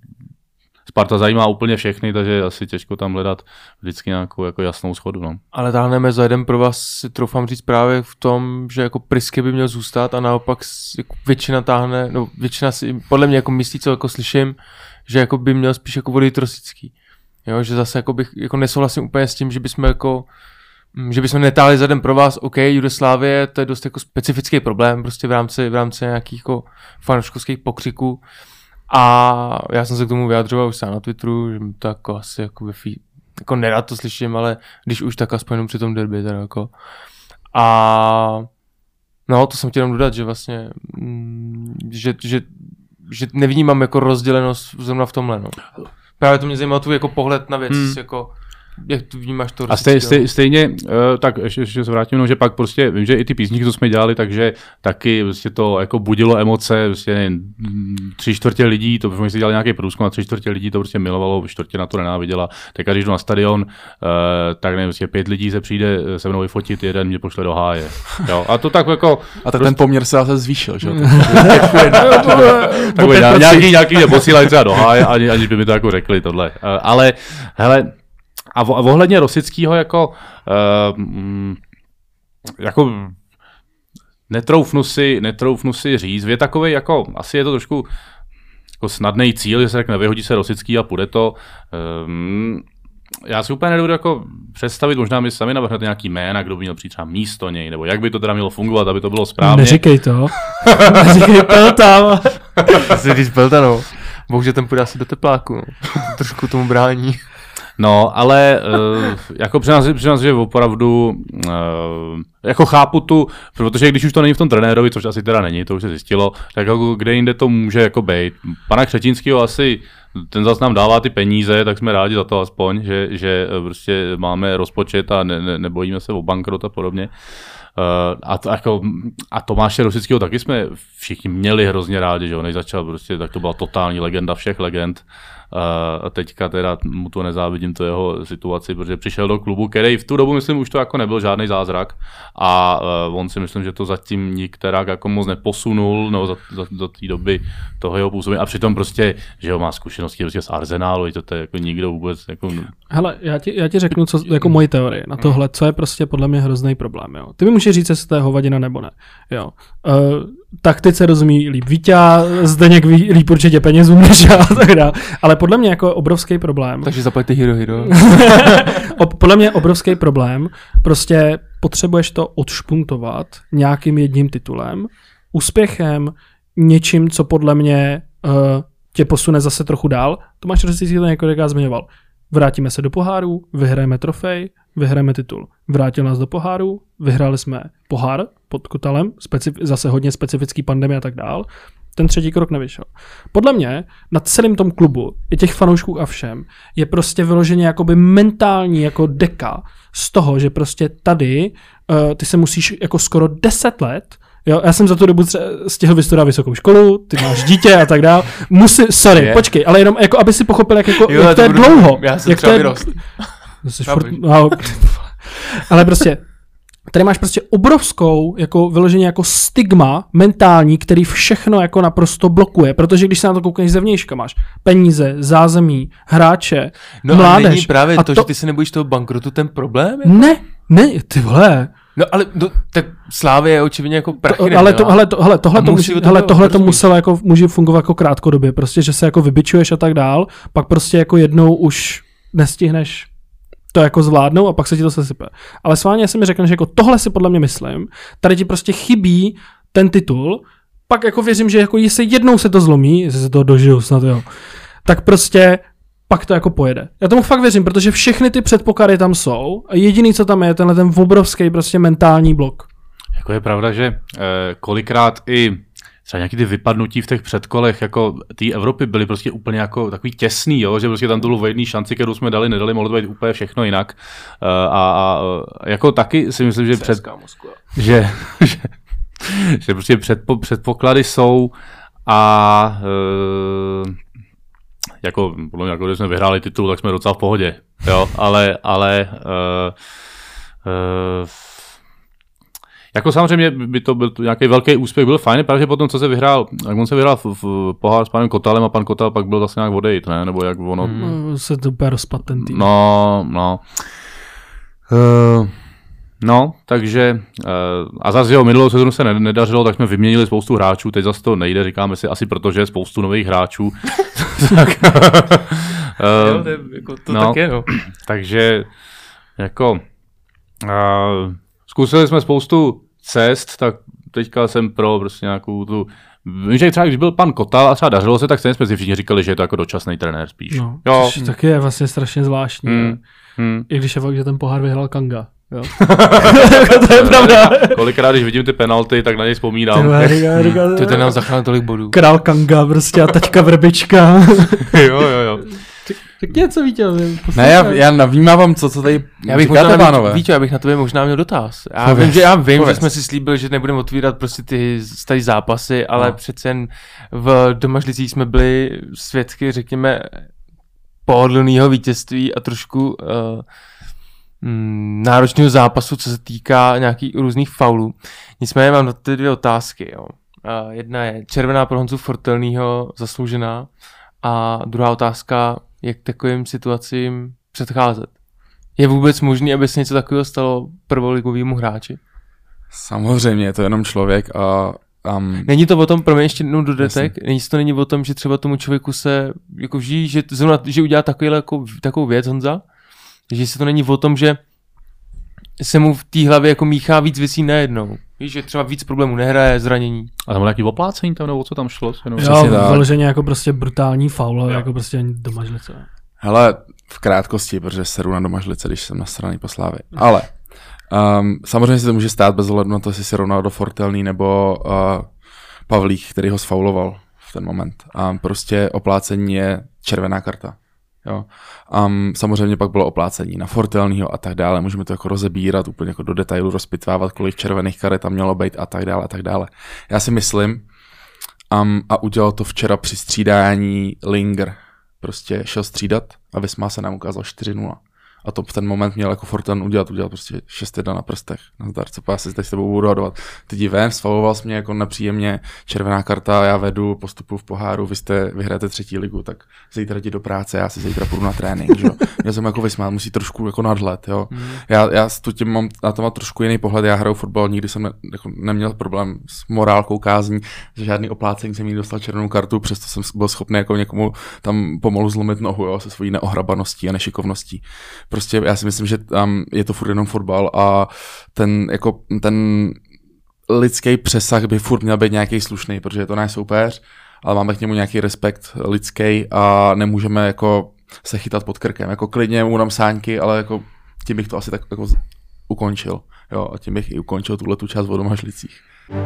Sparta zajímá úplně všechny, takže asi těžko tam hledat vždycky nějakou jako jasnou shodu. No. Ale táhneme za jeden pro vás, si troufám říct právě v tom, že jako Priske by měl zůstat a naopak jako většina táhne, no většina si podle mě jako myslí, co jako slyším, že jako by měl spíš jako odejít Rosický. Jo, že zase jako bych jako nesouhlasím úplně s tím, že bychom jako že bychom netáhli za den pro vás, OK, Jugoslávie, to je dost jako specifický problém prostě v rámci, v rámci nějakých jako fanouškovských pokřiků. A já jsem se k tomu vyjadřoval už sám na Twitteru, že to jako asi jako, fí, jako nerad to slyším, ale když už tak aspoň jenom při tom derby teda jako. A no, to jsem chtěl jenom dodat, že vlastně, mm, že, že, že nevnímám jako rozdělenost zrovna v tomhle, no. Právě to mě zajímalo tvůj jako pohled na věc, hmm. jako jak tu vnímáš to? A stej, stej, stejně, uh, tak ještě, ještě se vrátím, no, že pak prostě, vím, že i ty písničky, co jsme dělali, takže taky prostě to jako budilo emoce, prostě nevím, tři čtvrtě lidí, to jsme si dělali nějaký průzkum a tři čtvrtě lidí to prostě milovalo, čtvrtina to nenáviděla. Tak když jdu na stadion, uh, tak nevím, prostě pět lidí se přijde se mnou vyfotit, jeden mě pošle do háje. Jo? A to tak jako... A tak prostě... ten poměr se zase zvýšil, že jo? Takový nějaký, nějaký mě posílají třeba do háje, ani, aniž by mi to jako řekli tohle. Uh, ale hele, a ohledně Rosickýho jako, uh, jako netroufnu si, netroufnu si říct, je takovej jako, asi je to trošku jako snadný cíl, že se řekne, vyhodí se Rosický a půjde to. Um, já si úplně nedovedu jako představit, možná mi sami navrhnete nějaký jména, kdo by měl přijít třeba místo něj, nebo jak by to teda mělo fungovat, aby to bylo správně. Neříkej to, neříkej to tam. Asi když byl no. Bohužel ten půjde asi do tepláku. No. Trošku tomu brání. No, ale uh, jako přiznám, přiznám, že opravdu uh, jako chápu tu, protože když už to není v tom trenérovi, což asi teda není, to už se zjistilo, tak jako kde jinde to může jako být. Pana Křetínskýho asi, ten zase nám dává ty peníze, tak jsme rádi za to aspoň, že, že prostě máme rozpočet a ne, ne, nebojíme se o bankrot a podobně. Uh, a, to, jako, a Tomáše Rosického taky jsme všichni měli hrozně rádi, že on než začal prostě, tak to byla totální legenda všech legend. Uh, a teďka teda mu to nezávidím, to jeho situaci, protože přišel do klubu, který v tu dobu, myslím, už to jako nebyl žádný zázrak a uh, on si myslím, že to zatím nikterak jako moc neposunul, nebo za, za, za té doby toho jeho působení a přitom prostě, že ho má zkušenosti prostě z Arsenálu, to, to je jako nikdo vůbec jako... Hele, já ti, já ti řeknu, co, jako moji teorie na tohle, co je prostě podle mě hrozný problém, jo. Ty mi můžeš říct, jestli to je hovadina nebo ne, jo. Uh, taktice rozumí líp Víťa, Zdeněk ví líp určitě penězům než já, tak dále. Ale podle mě jako obrovský problém. Takže zaplaťte Hero Hero. Podle mě obrovský problém, prostě potřebuješ to odšpuntovat nějakým jedním titulem, úspěchem, něčím, co podle mě uh, tě posune zase trochu dál. Tomáš Rosický to několikrát zmiňoval. Vrátíme se do poháru, vyhrajeme trofej, vyhrajeme titul. Vrátil nás do poháru, vyhráli jsme pohár pod Kotalem, specif- zase hodně specifický pandemie a tak dál. Ten třetí krok nevyšel. Podle mě na celém tom klubu, i těch fanoušků a všem, je prostě vyloženě jakoby mentální jako deka z toho, že prostě tady uh, ty se musíš jako skoro deset let. Jo, já jsem za tu dobu stihl vystudovat vysokou školu, ty máš dítě a tak dál. Musí, sorry, je. počkej, ale jenom jako, aby si pochopil, jak, jako, jo, jak to je budu, dlouho. Já jsem jak třeba to je, vyrost. Furt, no, ale prostě, tady máš prostě obrovskou, jako vyloženě jako stigma mentální, který všechno jako naprosto blokuje, protože když se na to koukneš zevnějška, máš peníze, zázemí, hráče, no mládež. No není právě a to, to, že ty se nebojíš toho bankrotu ten problém? Jako? Ne, ne, ty vole. No ale do, tak Slávě je očividně jako prachy. To, ale to, hele, to, hele, tohle, to, musí, hele, tohle to muselo jako, může fungovat jako krátkodobě, prostě, že se jako vybičuješ a tak dál, pak prostě jako jednou už nestihneš to jako zvládnou a pak se ti to sesype. Ale sválně si mi řekl, že jako tohle si podle mě myslím, tady ti prostě chybí ten titul, pak jako věřím, že jako jestli jednou se to zlomí, jestli se to dožiju snad, jo, tak prostě pak to jako pojede. Já tomu fakt věřím, protože všechny ty předpoklady tam jsou a jediný, co tam je, tenhle ten obrovský prostě mentální blok. Jako je pravda, že eh, kolikrát i třeba nějaký ty vypadnutí v těch předkolech jako té Evropy byly prostě úplně jako takový těsný, jo? Že prostě tam bylo v jedné šanci, kterou jsme dali, nedali, mohlo to být úplně všechno jinak. Uh, a, a jako taky si myslím, že, před, že, že, že prostě předpo, předpoklady jsou a uh, jako podle mě, jako když jsme vyhráli titul, tak jsme docela v pohodě, jo? Ale, ale uh, uh, jako samozřejmě by to byl nějaký velký úspěch, byl fajn, právě potom, co se vyhrál, jak on se vyhrál v, v pohár s panem Kotalem a pan Kotal pak byl zase nějak odejít, ne? Nebo jak ono... Hmm. Se to úplně rozpad ten tým. No, no. Uh, no, takže uh, a zase jo, minulou sezonu se nedařilo, tak jsme vyměnili spoustu hráčů, teď zase to nejde, říkáme si asi protože je spoustu nových hráčů. tak, uh, jo, to, je, jako, to no, tak je, no. Takže jako... Uh, Zkusili jsme spoustu cest, tak teďka jsem pro prostě nějakou tu... Vím, že třeba když byl pan Kotal a třeba dařilo se, tak stejně jsme si všichni říkali, že je to jako dočasný trenér spíš. No, jo. Taky je vlastně strašně zvláštní. Hmm. Hmm. I když je fakt, že ten pohár vyhrál Kanga. Jo. To je pravda. Kolikrát, když vidím ty penalty, tak na něj vzpomínám. Ty ten nám zachránil tolik bodů. Král Kanga prostě a taťka Vrbička. jo, jo, jo. Tak něco, Vítě. Ne, já, já navnímávám, co, co tady já bych říkáte, možná, pánové. Vítě, já bych na tobě možná měl dotaz. Já Pověc. vím, že, já vím že jsme si slíbili, že nebudeme otvírat prostě ty starý zápasy, ale no. přece jen v Domažlicích jsme byli svědky, řekněme, pohodlného vítězství a trošku uh, mm, náročného zápasu, co se týká nějakých různých faulů. Nicméně mám na ty dvě otázky. Jo. Uh, jedna je červená pro Honzu Fortelnýho, zasloužená, a druhá otázka, jak takovým situacím předcházet. Je vůbec možné, aby se něco takového stalo prvoligovému hráči? Samozřejmě, je to jenom člověk a... Um, není to o tom, pro mě ještě jednou dodatek, není to není o tom, že třeba tomu člověku se jako vží, že, zrovna, že udělá takový, jako, takovou věc, Honza, že se to není o tom, že se mu v té hlavě jako míchá víc věcí najednou. Víš, že třeba víc problémů nehraje, zranění. A tam nějaký oplácení tam, nebo co tam šlo? Jo, vyloženě jako prostě brutální faul, jako prostě do mažlice. Hele, v krátkosti, protože seru na domažlice, když jsem nasraný po Slávy. Ale um, samozřejmě se to může stát bez ohledu na to, jestli si Ronaldo Fortelný nebo uh, Pavlík, který ho sfauloval v ten moment. A prostě oplácení je červená karta. Jo. Um, samozřejmě pak bylo oplácení na Fortelnýho a tak dále. Můžeme to jako rozebírat, úplně jako do detailu rozpitvávat, kolik červených karet tam mělo být a tak dále a tak dále. Já si myslím, um, a udělal to včera při střídání Linger. Prostě šel střídat a Visma se nám ukázal čtyři nula. A to v ten moment měl jako Forten udělat, udělat prostě šest jedna na prstech. Na zdarce, já si teď s tebou budu dohadovat. Ty jdi ven, sfauloval jsi mě jako nepříjemně, červená karta, já vedu, postupuji v poháru, vy jste, vyhrajete třetí ligu, tak zítra jdi do práce, já si zítra půjdu na trénink, že jo. Já jsem jako Visma, musí trošku jako nadhled, jo. Mm. Já, já tu tím mám na to mám trošku jiný pohled, já hraju fotbal, nikdy jsem ne, jako neměl problém s morálkou kázní, že žádný oplácení jsem jí dostal červenou kartu, přesto jsem byl schopný jako někomu tam pomalu zlomit nohu, jo, se svojí neohrabaností a nešikovností. Prostě já si myslím, že tam je to furt jenom fotbal a ten, jako, ten lidský přesah by furt měl být nějaký slušný, protože je to náš soupeř, ale máme k němu nějaký respekt lidský a nemůžeme jako se chytat pod krkem. Jako klidně mu dám sáňky, ale jako tím bych to asi tak jako ukončil. Jo, a tím bych i ukončil tuhle tu část o domažlicích.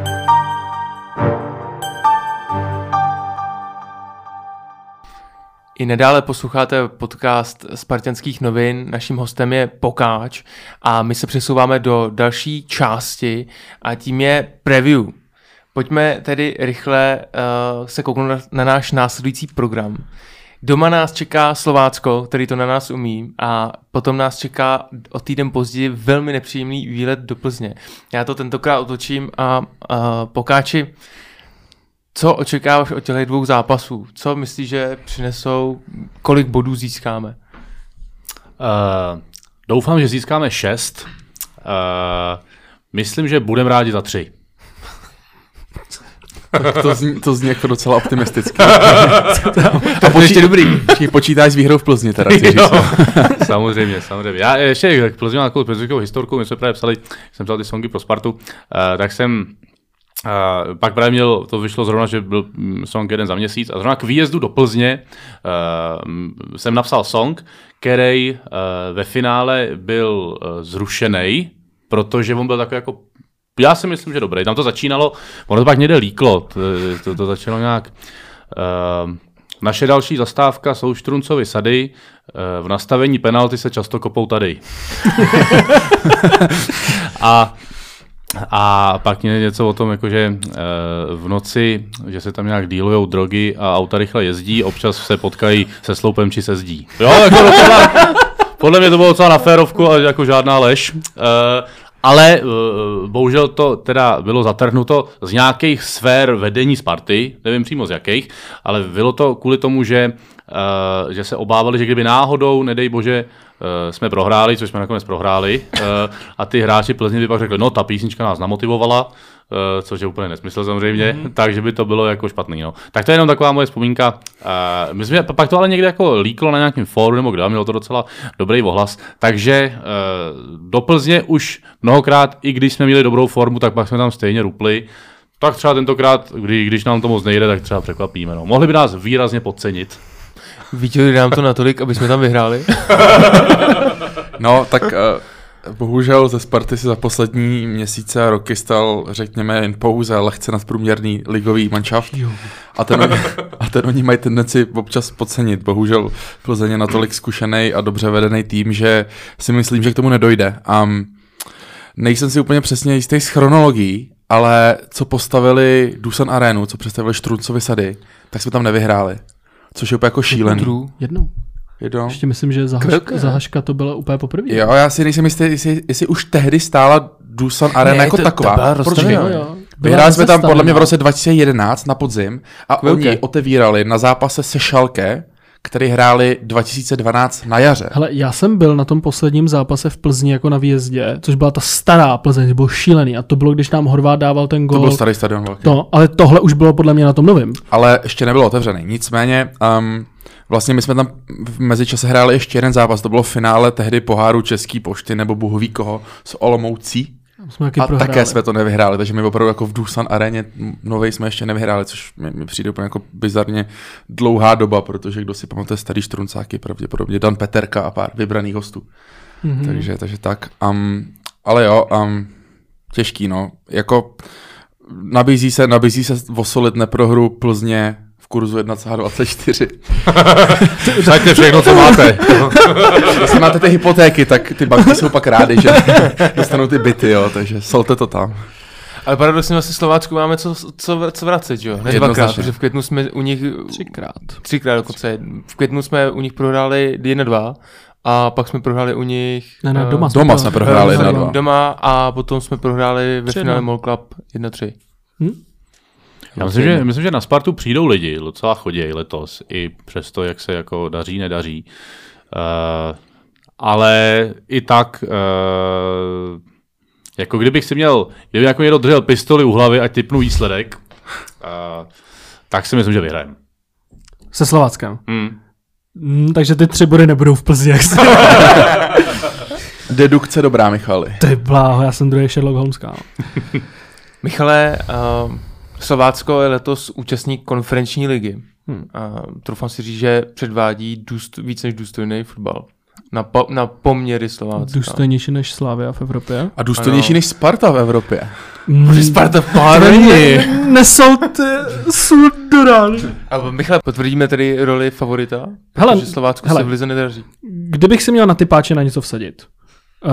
I nadále posloucháte podcast Spartanských novin, naším hostem je Pokáč a my se přesouváme do další části a tím je preview. Pojďme tedy rychle uh, se kouknout na, na náš následující program. Doma nás čeká Slovácko, který to na nás umí a potom nás čeká o týden později velmi nepříjemný výlet do Plzně. Já to tentokrát otočím a uh, Pokáči, co očekáváš od těchto dvou zápasů? Co myslíš, že přinesou? Kolik bodů získáme? Uh, doufám, že získáme šest. Uh, myslím, že budeme rádi za tři. To zní, to zní jako docela optimisticky. A počí, ještě dobrý. Počítáš s výhrou v Plzni teda. Samozřejmě, samozřejmě. Já ještě k Plzni mám takovou specifickou historku, my jsme právě psali, jsem psal ty songy pro Spartu, uh, tak jsem Uh, pak právě měl, to vyšlo zrovna, že byl song jeden za měsíc a zrovna k výjezdu do Plzně uh, jsem napsal song, který uh, ve finále byl uh, zrušený, protože on byl takový jako, já si myslím, že dobrý. Tam to začínalo, ono to pak někde líklo, to, to, to začalo nějak. Uh, naše další zastávka jsou Štruncovy sady, uh, v nastavení penalty se často kopou tady. a A pak něco o tom, jakože v noci, že se tam nějak dílujou drogy a auta rychle jezdí, občas se potkají se sloupem či se zdí. Jo, jako docela, podle mě to bylo docela na férovku, ale jako žádná lež. Ale bohužel to teda bylo zatrhnuto z nějakých sfér vedení Sparty, nevím přímo z jakých, ale bylo to kvůli tomu, že, že se obávali, že kdyby náhodou, nedej bože, jsme prohráli, což jsme nakonec prohráli, a ty hráči Plzni by pak řekli, no ta písnička nás namotivovala, což je úplně nesmysl samozřejmě, mm-hmm. takže by to bylo jako špatný. No. Tak to je jenom taková moje vzpomínka. My jsme, pak to ale někde jako líklo na nějakém fóru nebo kde, mělo to docela dobrý ohlas, takže do Plzně už mnohokrát, i když jsme měli dobrou formu, tak pak jsme tam stejně rupli. Tak třeba tentokrát, kdy, když nám to moc nejde, tak třeba překvapíme. No. Mohli by nás výrazně podcenit. Viděli nám to natolik, aby jsme tam vyhráli? No, tak uh, bohužel ze Sparty se za poslední měsíce a roky stal, řekněme, jen pouze lehce nadprůměrný ligový manšaft. A ten, oni, a ten oni mají tendenci občas podcenit. Bohužel Plzeň je natolik zkušený a dobře vedený tým, že si myslím, že k tomu nedojde. Um, nejsem si úplně přesně jistý s chronologií, ale co postavili Dusan Arenu, co představili Štruncovy sady, tak jsme tam nevyhráli. Což je úplně jako šílený. Jednou. Jednou. Ještě myslím, že Zahaška, Zahaška to byla úplně poprvé. Jo, já si nejsem jistý, jestli, jestli už tehdy stála Dusan Arena ne, jako to, taková. To Proč jo, jo. Vyhráli jsme tam podle mě v roce dva tisíce jedenáct na podzim a Kvilke. Oni otevírali na zápase se Schalke, který hráli dva tisíce dvanáct na jaře. Hele, já jsem byl na tom posledním zápase v Plzni jako na výjezdě, což byla ta stará Plzeň, byl šílený a to bylo, když nám Horváth dával ten gól. To byl starý stadion velký. No, ale tohle už bylo podle mě na tom novém. Ale ještě nebylo otevřený. Nicméně um, Vlastně my jsme tam v mezičase hráli ještě jeden zápas, to bylo finále tehdy poháru Český pošty nebo bohuví koho s Olomoucí. Jsme a prohráli. Také jsme to nevyhráli, takže my opravdu jako v Dusan aréně novej jsme ještě nevyhráli, což mi, mi přijde úplně jako bizarně dlouhá doba, protože kdo si pamatuje starý Štruncáky, pravděpodobně Dan Peterka a pár vybraných hostů. Mm-hmm. Takže, takže tak. Um, ale jo, um, těžký, no. Jako nabízí se, nabízí se osolit neprohru Plzně v kurzu jedna celá dvacet čtyři. Tak to je všechno, co máte. Jestli máte ty hypotéky, tak ty banky jsou pak rády, že dostanou ty byty, jo, takže solte to tam. Ale paradoxně vlastně Slovácku máme co, co, co vracet, jo? Ne dvakrát, protože v květnu jsme u nich... Třikrát. Třikrát dokonce. V květnu jsme u nich prohráli jedna dva a pak jsme prohráli u nich... Ne, ne, doma, uh, doma jsme prohráli jedna dva. Doma a potom jsme prohráli ve finále Mall Club jedna tři. Hm? Já myslím, že, myslím, že na Spartu přijdou lidi, docela chodí letos, i přesto, jak se jako daří, nedaří. Uh, ale i tak, uh, jako kdybych si měl, kdyby jako někdo držel pistoli u hlavy a tipnu výsledek, uh, tak si myslím, že vyhrajem. Se Slováckem? Hmm. Mm, takže ty tři body nebudou v Plzni, jak se... Dedukce dobrá, Michali. Ty bláho, já jsem druhý Sherlock Holmes, kámo. Michale, uh, Slovácko je letos účastník konferenční ligy. Hmm. A troufám si říct, že předvádí důst, víc než důstojný fotbal. Na, po, na poměry Slovácka. Důstojnější než Slavia v Evropě. A důstojnější než Sparta v Evropě. Protože Sparta v poháru není. Nesou ty sudorány. Ale Michale, potvrdíme tedy roli favorita? Hele, protože Slovácku hele, se v lize nedaří. Kdybych si měl na ty páče na něco vsadit, uh,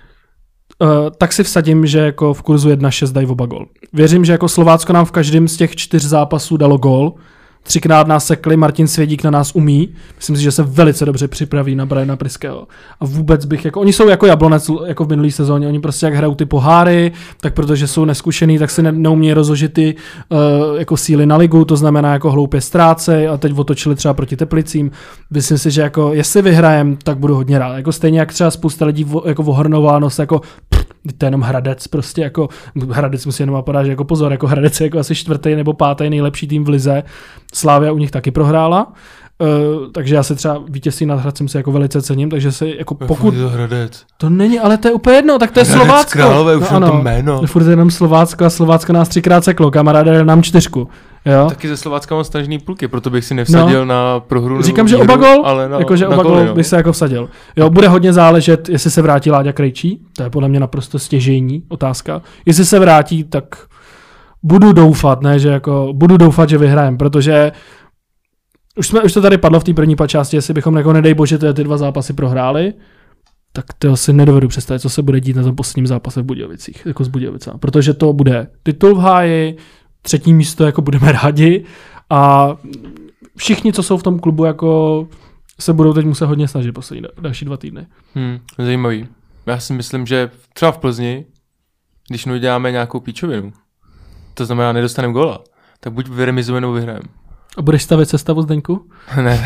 uh, tak si vsadím, že jako v kurzu jedna šest dají oba gól. Věřím, že jako Slovácko nám v každém z těch čtyř zápasů dalo gól. Třikrát nás sekli, Martin Svědík na nás umí. Myslím si, že se velice dobře připraví na Briana Priského. A vůbec bych, jako, oni jsou jako Jablonec, jako v minulý sezóně, oni prostě jak hrajou ty poháry, tak protože jsou neskušený, tak si ne, neumí rozložit ty uh, jako síly na ligu, to znamená jako hloupě ztrácej a teď otočili třeba proti Teplicím. Myslím si, že jako jestli vyhrajem, tak budu hodně rád. Jako stejně jak třeba spousta lidí vo, jako ohrnováno se jako to je jenom Hradec, prostě jako Hradec musí jenom napadat, že jako pozor, jako Hradec je jako asi čtvrtý nebo pátý nejlepší tým v lize. Slávia u nich taky prohrála, uh, takže já se třeba vítězství nad Hradcem si jako velice cením, takže se jako pokud... To Hradec. To není, ale to je úplně jedno, tak to je Hradec Slovácko. Králové, už no, ano, to jméno. Furt je jenom Slovácko a Slovácko nás třikrát seklo, kamaráde nám čtyřku. Jo? Taky ze Slovácka mám stažený půlky, proto bych si nevsadil no. na prohru. Říkám, že oba gol, ale na, jakože oba gol no. bych se jako vsadil. Jo, bude hodně záležet, jestli se vrátí Láďa Krejčí, to je podle mě naprosto stěžejní otázka. Jestli se vrátí, tak budu doufat, ne, že jako budu doufat, že vyhrajem, protože už, jsme, už to tady padlo v té první části, jestli bychom jako nedej bože ty, ty dva zápasy prohráli, tak to si nedovedu představit, co se bude dít na tom posledním zápase v Budějovicích, jako s Budějovicama, protože to bude titul v háji, třetí místo jako budeme rádi a všichni, co jsou v tom klubu, jako se budou teď muset hodně snažit poslední další dva týdny. Hmm, zajímavý. Já si myslím, že třeba v Plzni, když neuděláme nějakou píčovinu, to znamená nedostaneme gola, tak buď vyremizujeme nebo vyhrajeme. A budeš stavět sestavu, Zdeňku? Ne.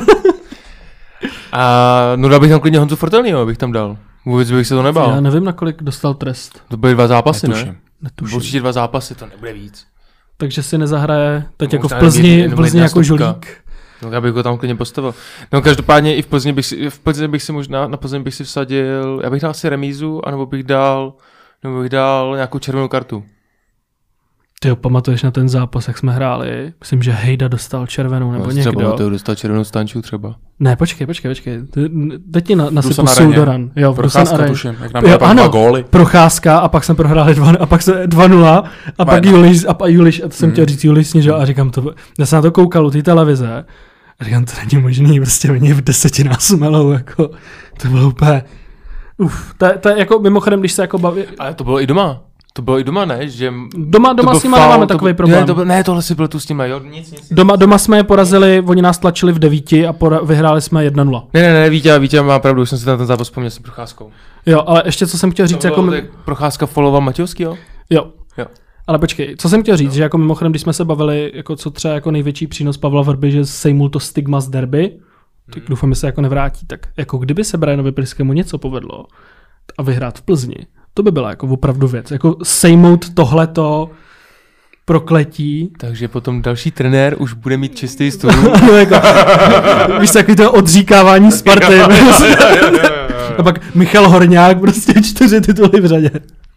A no dal bych tam klidně Honzu Fortelnýho, bych tam dal. Vůbec bych se to nebál. Já nevím, nakolik dostal trest. To byly dva zápasy, Netuším. ne? Netuším. Určitě dva zápasy, to nebude víc. Takže si nezahraje teď No, jako v Plzni, v Plzni jako žolík. No, já bych ho tam klidně postavil. No každopádně i v Plzni bych si, v Plzni bych si možná, na Plzni bych si vsadil, já bych dal asi remízu, anebo bych dal, nebo bych dal nějakou červenou kartu. Ty jo, pamatuješ na ten zápas, jak jsme hráli? Myslím, že Hejda dostal červenou, nebo no, někdo. Třeba to dostal červenou Stanču třeba. Ne, počkej, počkej, počkej. Teď ti na, nasypu Suldoran. Jo, Procházka tuším, jak nám jo, pak ano, dva góly. Procházka a pak jsme prohráli dva, a pak se dva nula a pak Juliš, a, a Juliš, a to jsem mm. chtěl říct, Juliš snižil a říkám to, já jsem na to koukal u té televize a říkám, to není možný, prostě oni v desetinásobnou, jako, to bylo úplně, uf, to, to je jako mimochodem, když se jako baví. Ale to bylo i doma. To bylo i doma, ne? Že doma doma s nima nemáme takový problém. Ne, to byl, ne, tohle si byl tu s nima, jo? Nic, nic, doma, doma jsme je porazili, oni nás tlačili v devíti a pora, vyhráli jsme jedna nula. Ne, ne, ne, Vítě, Vítě má pravdu, už jsem si na ten zápas vzpomněl s Procházkou. Jo, ale ještě co jsem chtěl říct, to jako... Bylo, Procházka followoval Matějovský, jo? Jo. Jo. Ale počkej, co jsem chtěl říct, jo. Že jako mimochodem, když jsme se bavili, jako co třeba jako největší přínos Pavla Vrby, že sejmul to stigma z derby, tak hmm. doufám, že se jako nevrátí, tak jako kdyby se Brianovi Priskému něco povedlo a vyhrát v Plzni, to by byla jako opravdu věc. Jako sejmout tohleto, prokletí. Takže potom další trenér už bude mít čistý stůl. Víš, takový to odříkávání Sparty. A pak Michal Horňák, prostě čtyři tituly v řadě.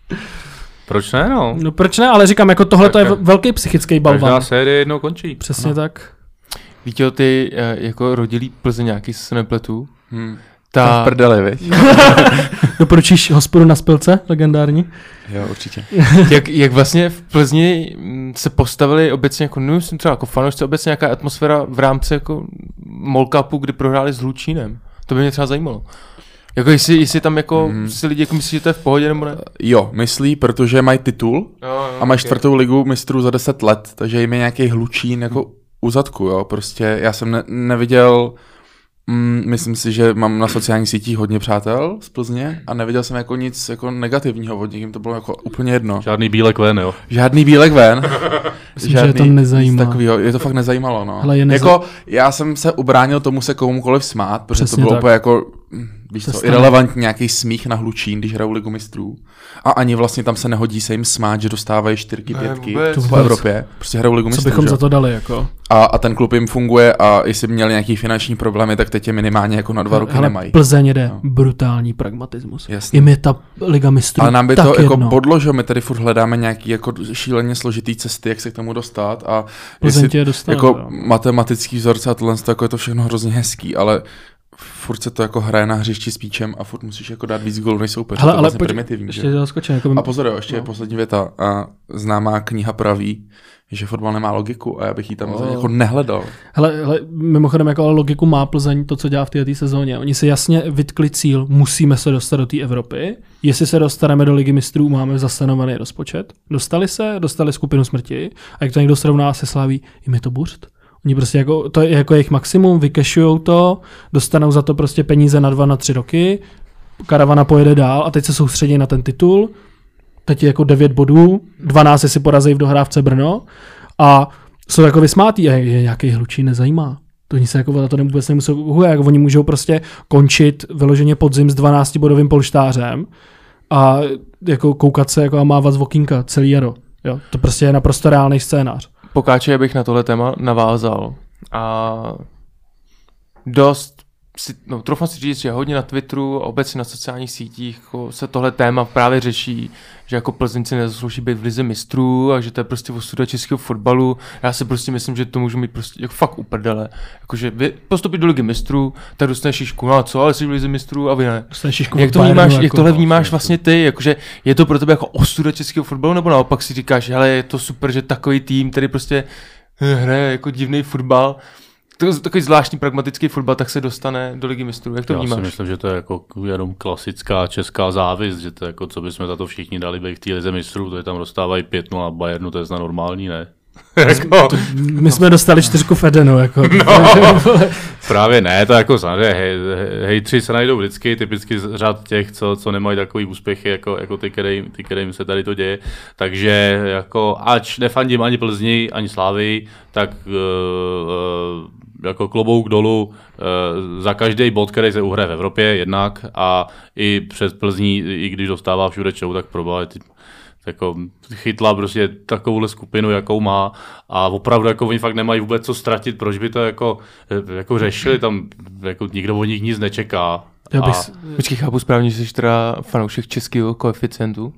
Proč ne, no? No proč ne, ale říkám, jako tohle to je velký psychický balvan. Každá série jednou končí. Přesně no. tak. Víte, ty jako rodilí Plzeňáky, se nepletu. Hmm. Ta... V prdeli, viď? Doporučíš hospodu na Spilce, legendární? Jo, určitě. jak, jak vlastně v Plzni se postavili obecně, jako, no, jsem třeba jako fanoušci, obecně nějaká atmosféra v rámci jako Mall Cupu, kdy prohráli s Hlučínem. To by mě třeba zajímalo. Jako jestli, jestli tam jako mm. si lidi jako myslí, že to je v pohodě, nebo ne? Jo, myslí, protože mají titul jo, jo, a mají okay. čtvrtou ligu mistrů za deset let, takže jim je nějaký Hlučín jako u zadku, jo. Prostě já jsem ne- neviděl... Mm, myslím si, že mám na sociálních sítích hodně přátel z Plzně a neviděl jsem jako nic jako negativního od nich, jim to bylo jako úplně jedno. Žádný bílek ven, jo? Žádný bílek ven. Myslím, žádný, že to nezajímá. Takovýho, je to fakt nezajímalo, no. Hele, je neza... Jako já jsem se ubránil tomu se komukoliv smát, protože Přesně to bylo tak. úplně jako, víš co, stane. irelevantní nějaký smích na Hlučín, když hrajou Ligu mistrů. A ani vlastně tam se nehodí se jim smát, že dostávají čtyřky, Ne, pětky vůbec. po Evropě. Prostě hrajou Ligu mistrů. Co bychom že? za to dali, jako? A, a ten klub jim funguje a jestli měli nějaký finanční problémy, tak teď je minimálně jako na dva roky Hele, nemají. Plzeň jede no. brutální pragmatismus. Jasně. Jim je ta Liga mistrů Ale nám by tak to jako jedno. podložilo, my tady furt hledáme nějaký jako šíleně složitý cesty, jak se k tomu dostat a Plzeň jestli, tě dostane, jako jo. matematický vzorce a tohle, jako je to všechno hrozně hezký, ale furt se to jako hraje na hřišti s píčem a furt musíš jako dát víc gólů než soupeř. Hele, to je ale vlastně pojď, primitivní. ještě Že? zaskočen. Jako... A pozor, jo, ještě no. je poslední věta. A známá kniha praví, že fotbal nemá logiku a já bych ji tam Oh. jako nehledal. Hele, hele, mimochodem, jako ale logiku má Plzeň to, co dělá v této sezóně. Oni si jasně vytkli cíl, musíme se dostat do té Evropy. Jestli se dostaneme do Ligy mistrů, máme zastanovaný rozpočet. Dostali se, dostali skupinu smrti a jak to někdo srovná se Slaví, jim je to burst. Oni prostě jako, to je jako jejich maximum, vykešujou to, dostanou za to prostě peníze na dva, na tři roky, karavana pojede dál a teď se soustředí na ten titul. Teď je jako devět bodů, dvanáct si porazí v dohrávce Brno a jsou jako vysmátý a je nějaký Hlučín nezajímá. To oni se jako to vůbec nemusí uhuje, jako oni můžou prostě končit vyloženě podzim s dvanáctibodovým polštářem a jako koukat se jako a mávat z okýnka celý jaro. Jo, to prostě je naprosto reálný scénář. Pokáče bych na tohle téma navázal a dost si, no, troufám si říct, že hodně na Twitteru a obecně na sociálních sítích jako se tohle téma právě řeší, že jako Plzeňci nezaslouží být v lize mistrů a že to je prostě ostuda českého fotbalu. Já si prostě myslím, že to můžu mít prostě jako fakt uprdele. Jakože vy postupit do ligy mistrů, tak dostaneš šišku, no a co, ale jsi v lize mistrů a vy ne. Jak to vnímáš, jak tohle vnímáš vlastně ty, jakože je to pro tebe jako ostuda českého fotbalu, nebo naopak si říkáš, hele, je to super, že takový tým, který prostě hraje jako divný fotbal, takový zvláštní pragmatický fotbal, tak se dostane do ligy mistrů. Jak to Já vnímáš? Já si myslím, že to je jako jenom klasická česká závist, že to je jako, co bychom za to všichni dali být v té lize mistrů, to je tam dostávají pět nula a Bayernu, to je snad normální, ne? jako, to, my jsme dostali čtyřku v Edenu, jako. No, právě ne, to jako samozřejmě, hej, hejtři se najdou vždycky, typicky z řad těch, co, co nemají takový úspěchy, jako, jako ty, který, ty, kterým se tady to děje, takže jako, ač nefandím ani Plzni, ani Slávy, tak uh, uh, jako klobouk dolů uh, za každý bod, který se uhraje v Evropě jednak a i před Plzní, i když dostává všude čou, tak probá jako chytla prostě takovouhle skupinu, jakou má a opravdu jako oni fakt nemají vůbec co ztratit, proč by to jako, jako řešili, tam jako nikdo od nich nic nečeká. Já bych... A... Počkej, chápu správně, že jsi teda fanoušek českého koeficientu?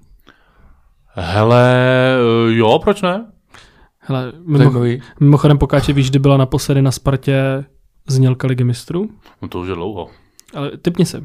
Hele, jo, proč ne? Hele, mimo, mimochodem Pokáče, víš, kdy byla naposledy na Spartě znělka Ligy mistrů? No to už je dlouho. Ale tipni se.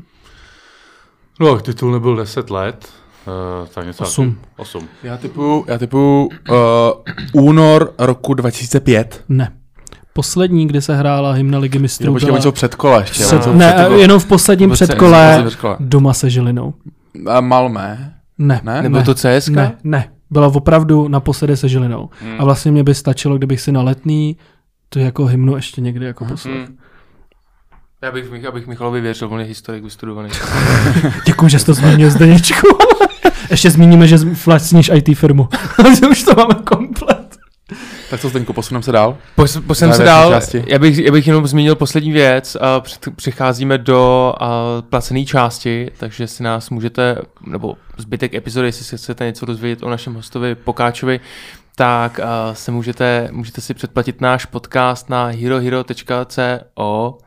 No, titul nebyl deset let. Uh, tak něco osm. osm. Já typu, já typu uh, únor roku dva tisíce pět. Ne. Poslední, kdy se hrála hymna Ligy mistrů. Počkej, byla... předkole ještě. Před, ne, předkole. jenom v posledním předkole doma se Žilinou. A Malmé? Ne. ne? Nebylo to C S K? Ne, ne. Byla opravdu naposledy se Žilinou. Hmm. A vlastně mě by stačilo, kdybych si na Letný to jako hymnu ještě někdy jako poslal. Hmm. Já bych, abych Michalovi věřil, on je historik vystudovaný. Děkuji, že jsi to zmínil, Zdeněčku. Ještě zmíníme, že vlastníš í té firmu. Už to máme komplet. Tak co, Zdeňku, posuneme se dál? Pos, posuneme se dál. Já bych, já bych jenom zmínil poslední věc. A přicházíme do placené části, takže si nás můžete, nebo zbytek epizody, jestli si chcete něco dozvědět o našem hostovi Pokáčovi, tak uh, se můžete, můžete si předplatit náš podcast na herohero tečka co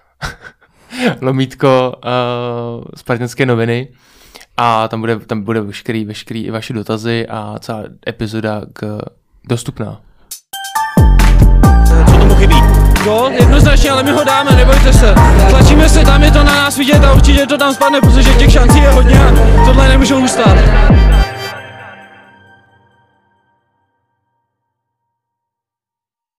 lomítko uh, Spartanské noviny a tam bude, tam bude veškerý, veškerý i vaše dotazy a celá epizoda k, dostupná. Co tomu chybí? Gól, jednoznačně, ale my ho dáme, nebojte se. Tlačíme se, tam je to na nás vidět a určitě to tam spadne, protože těch šancí je hodně a tohle nemůžou ustát.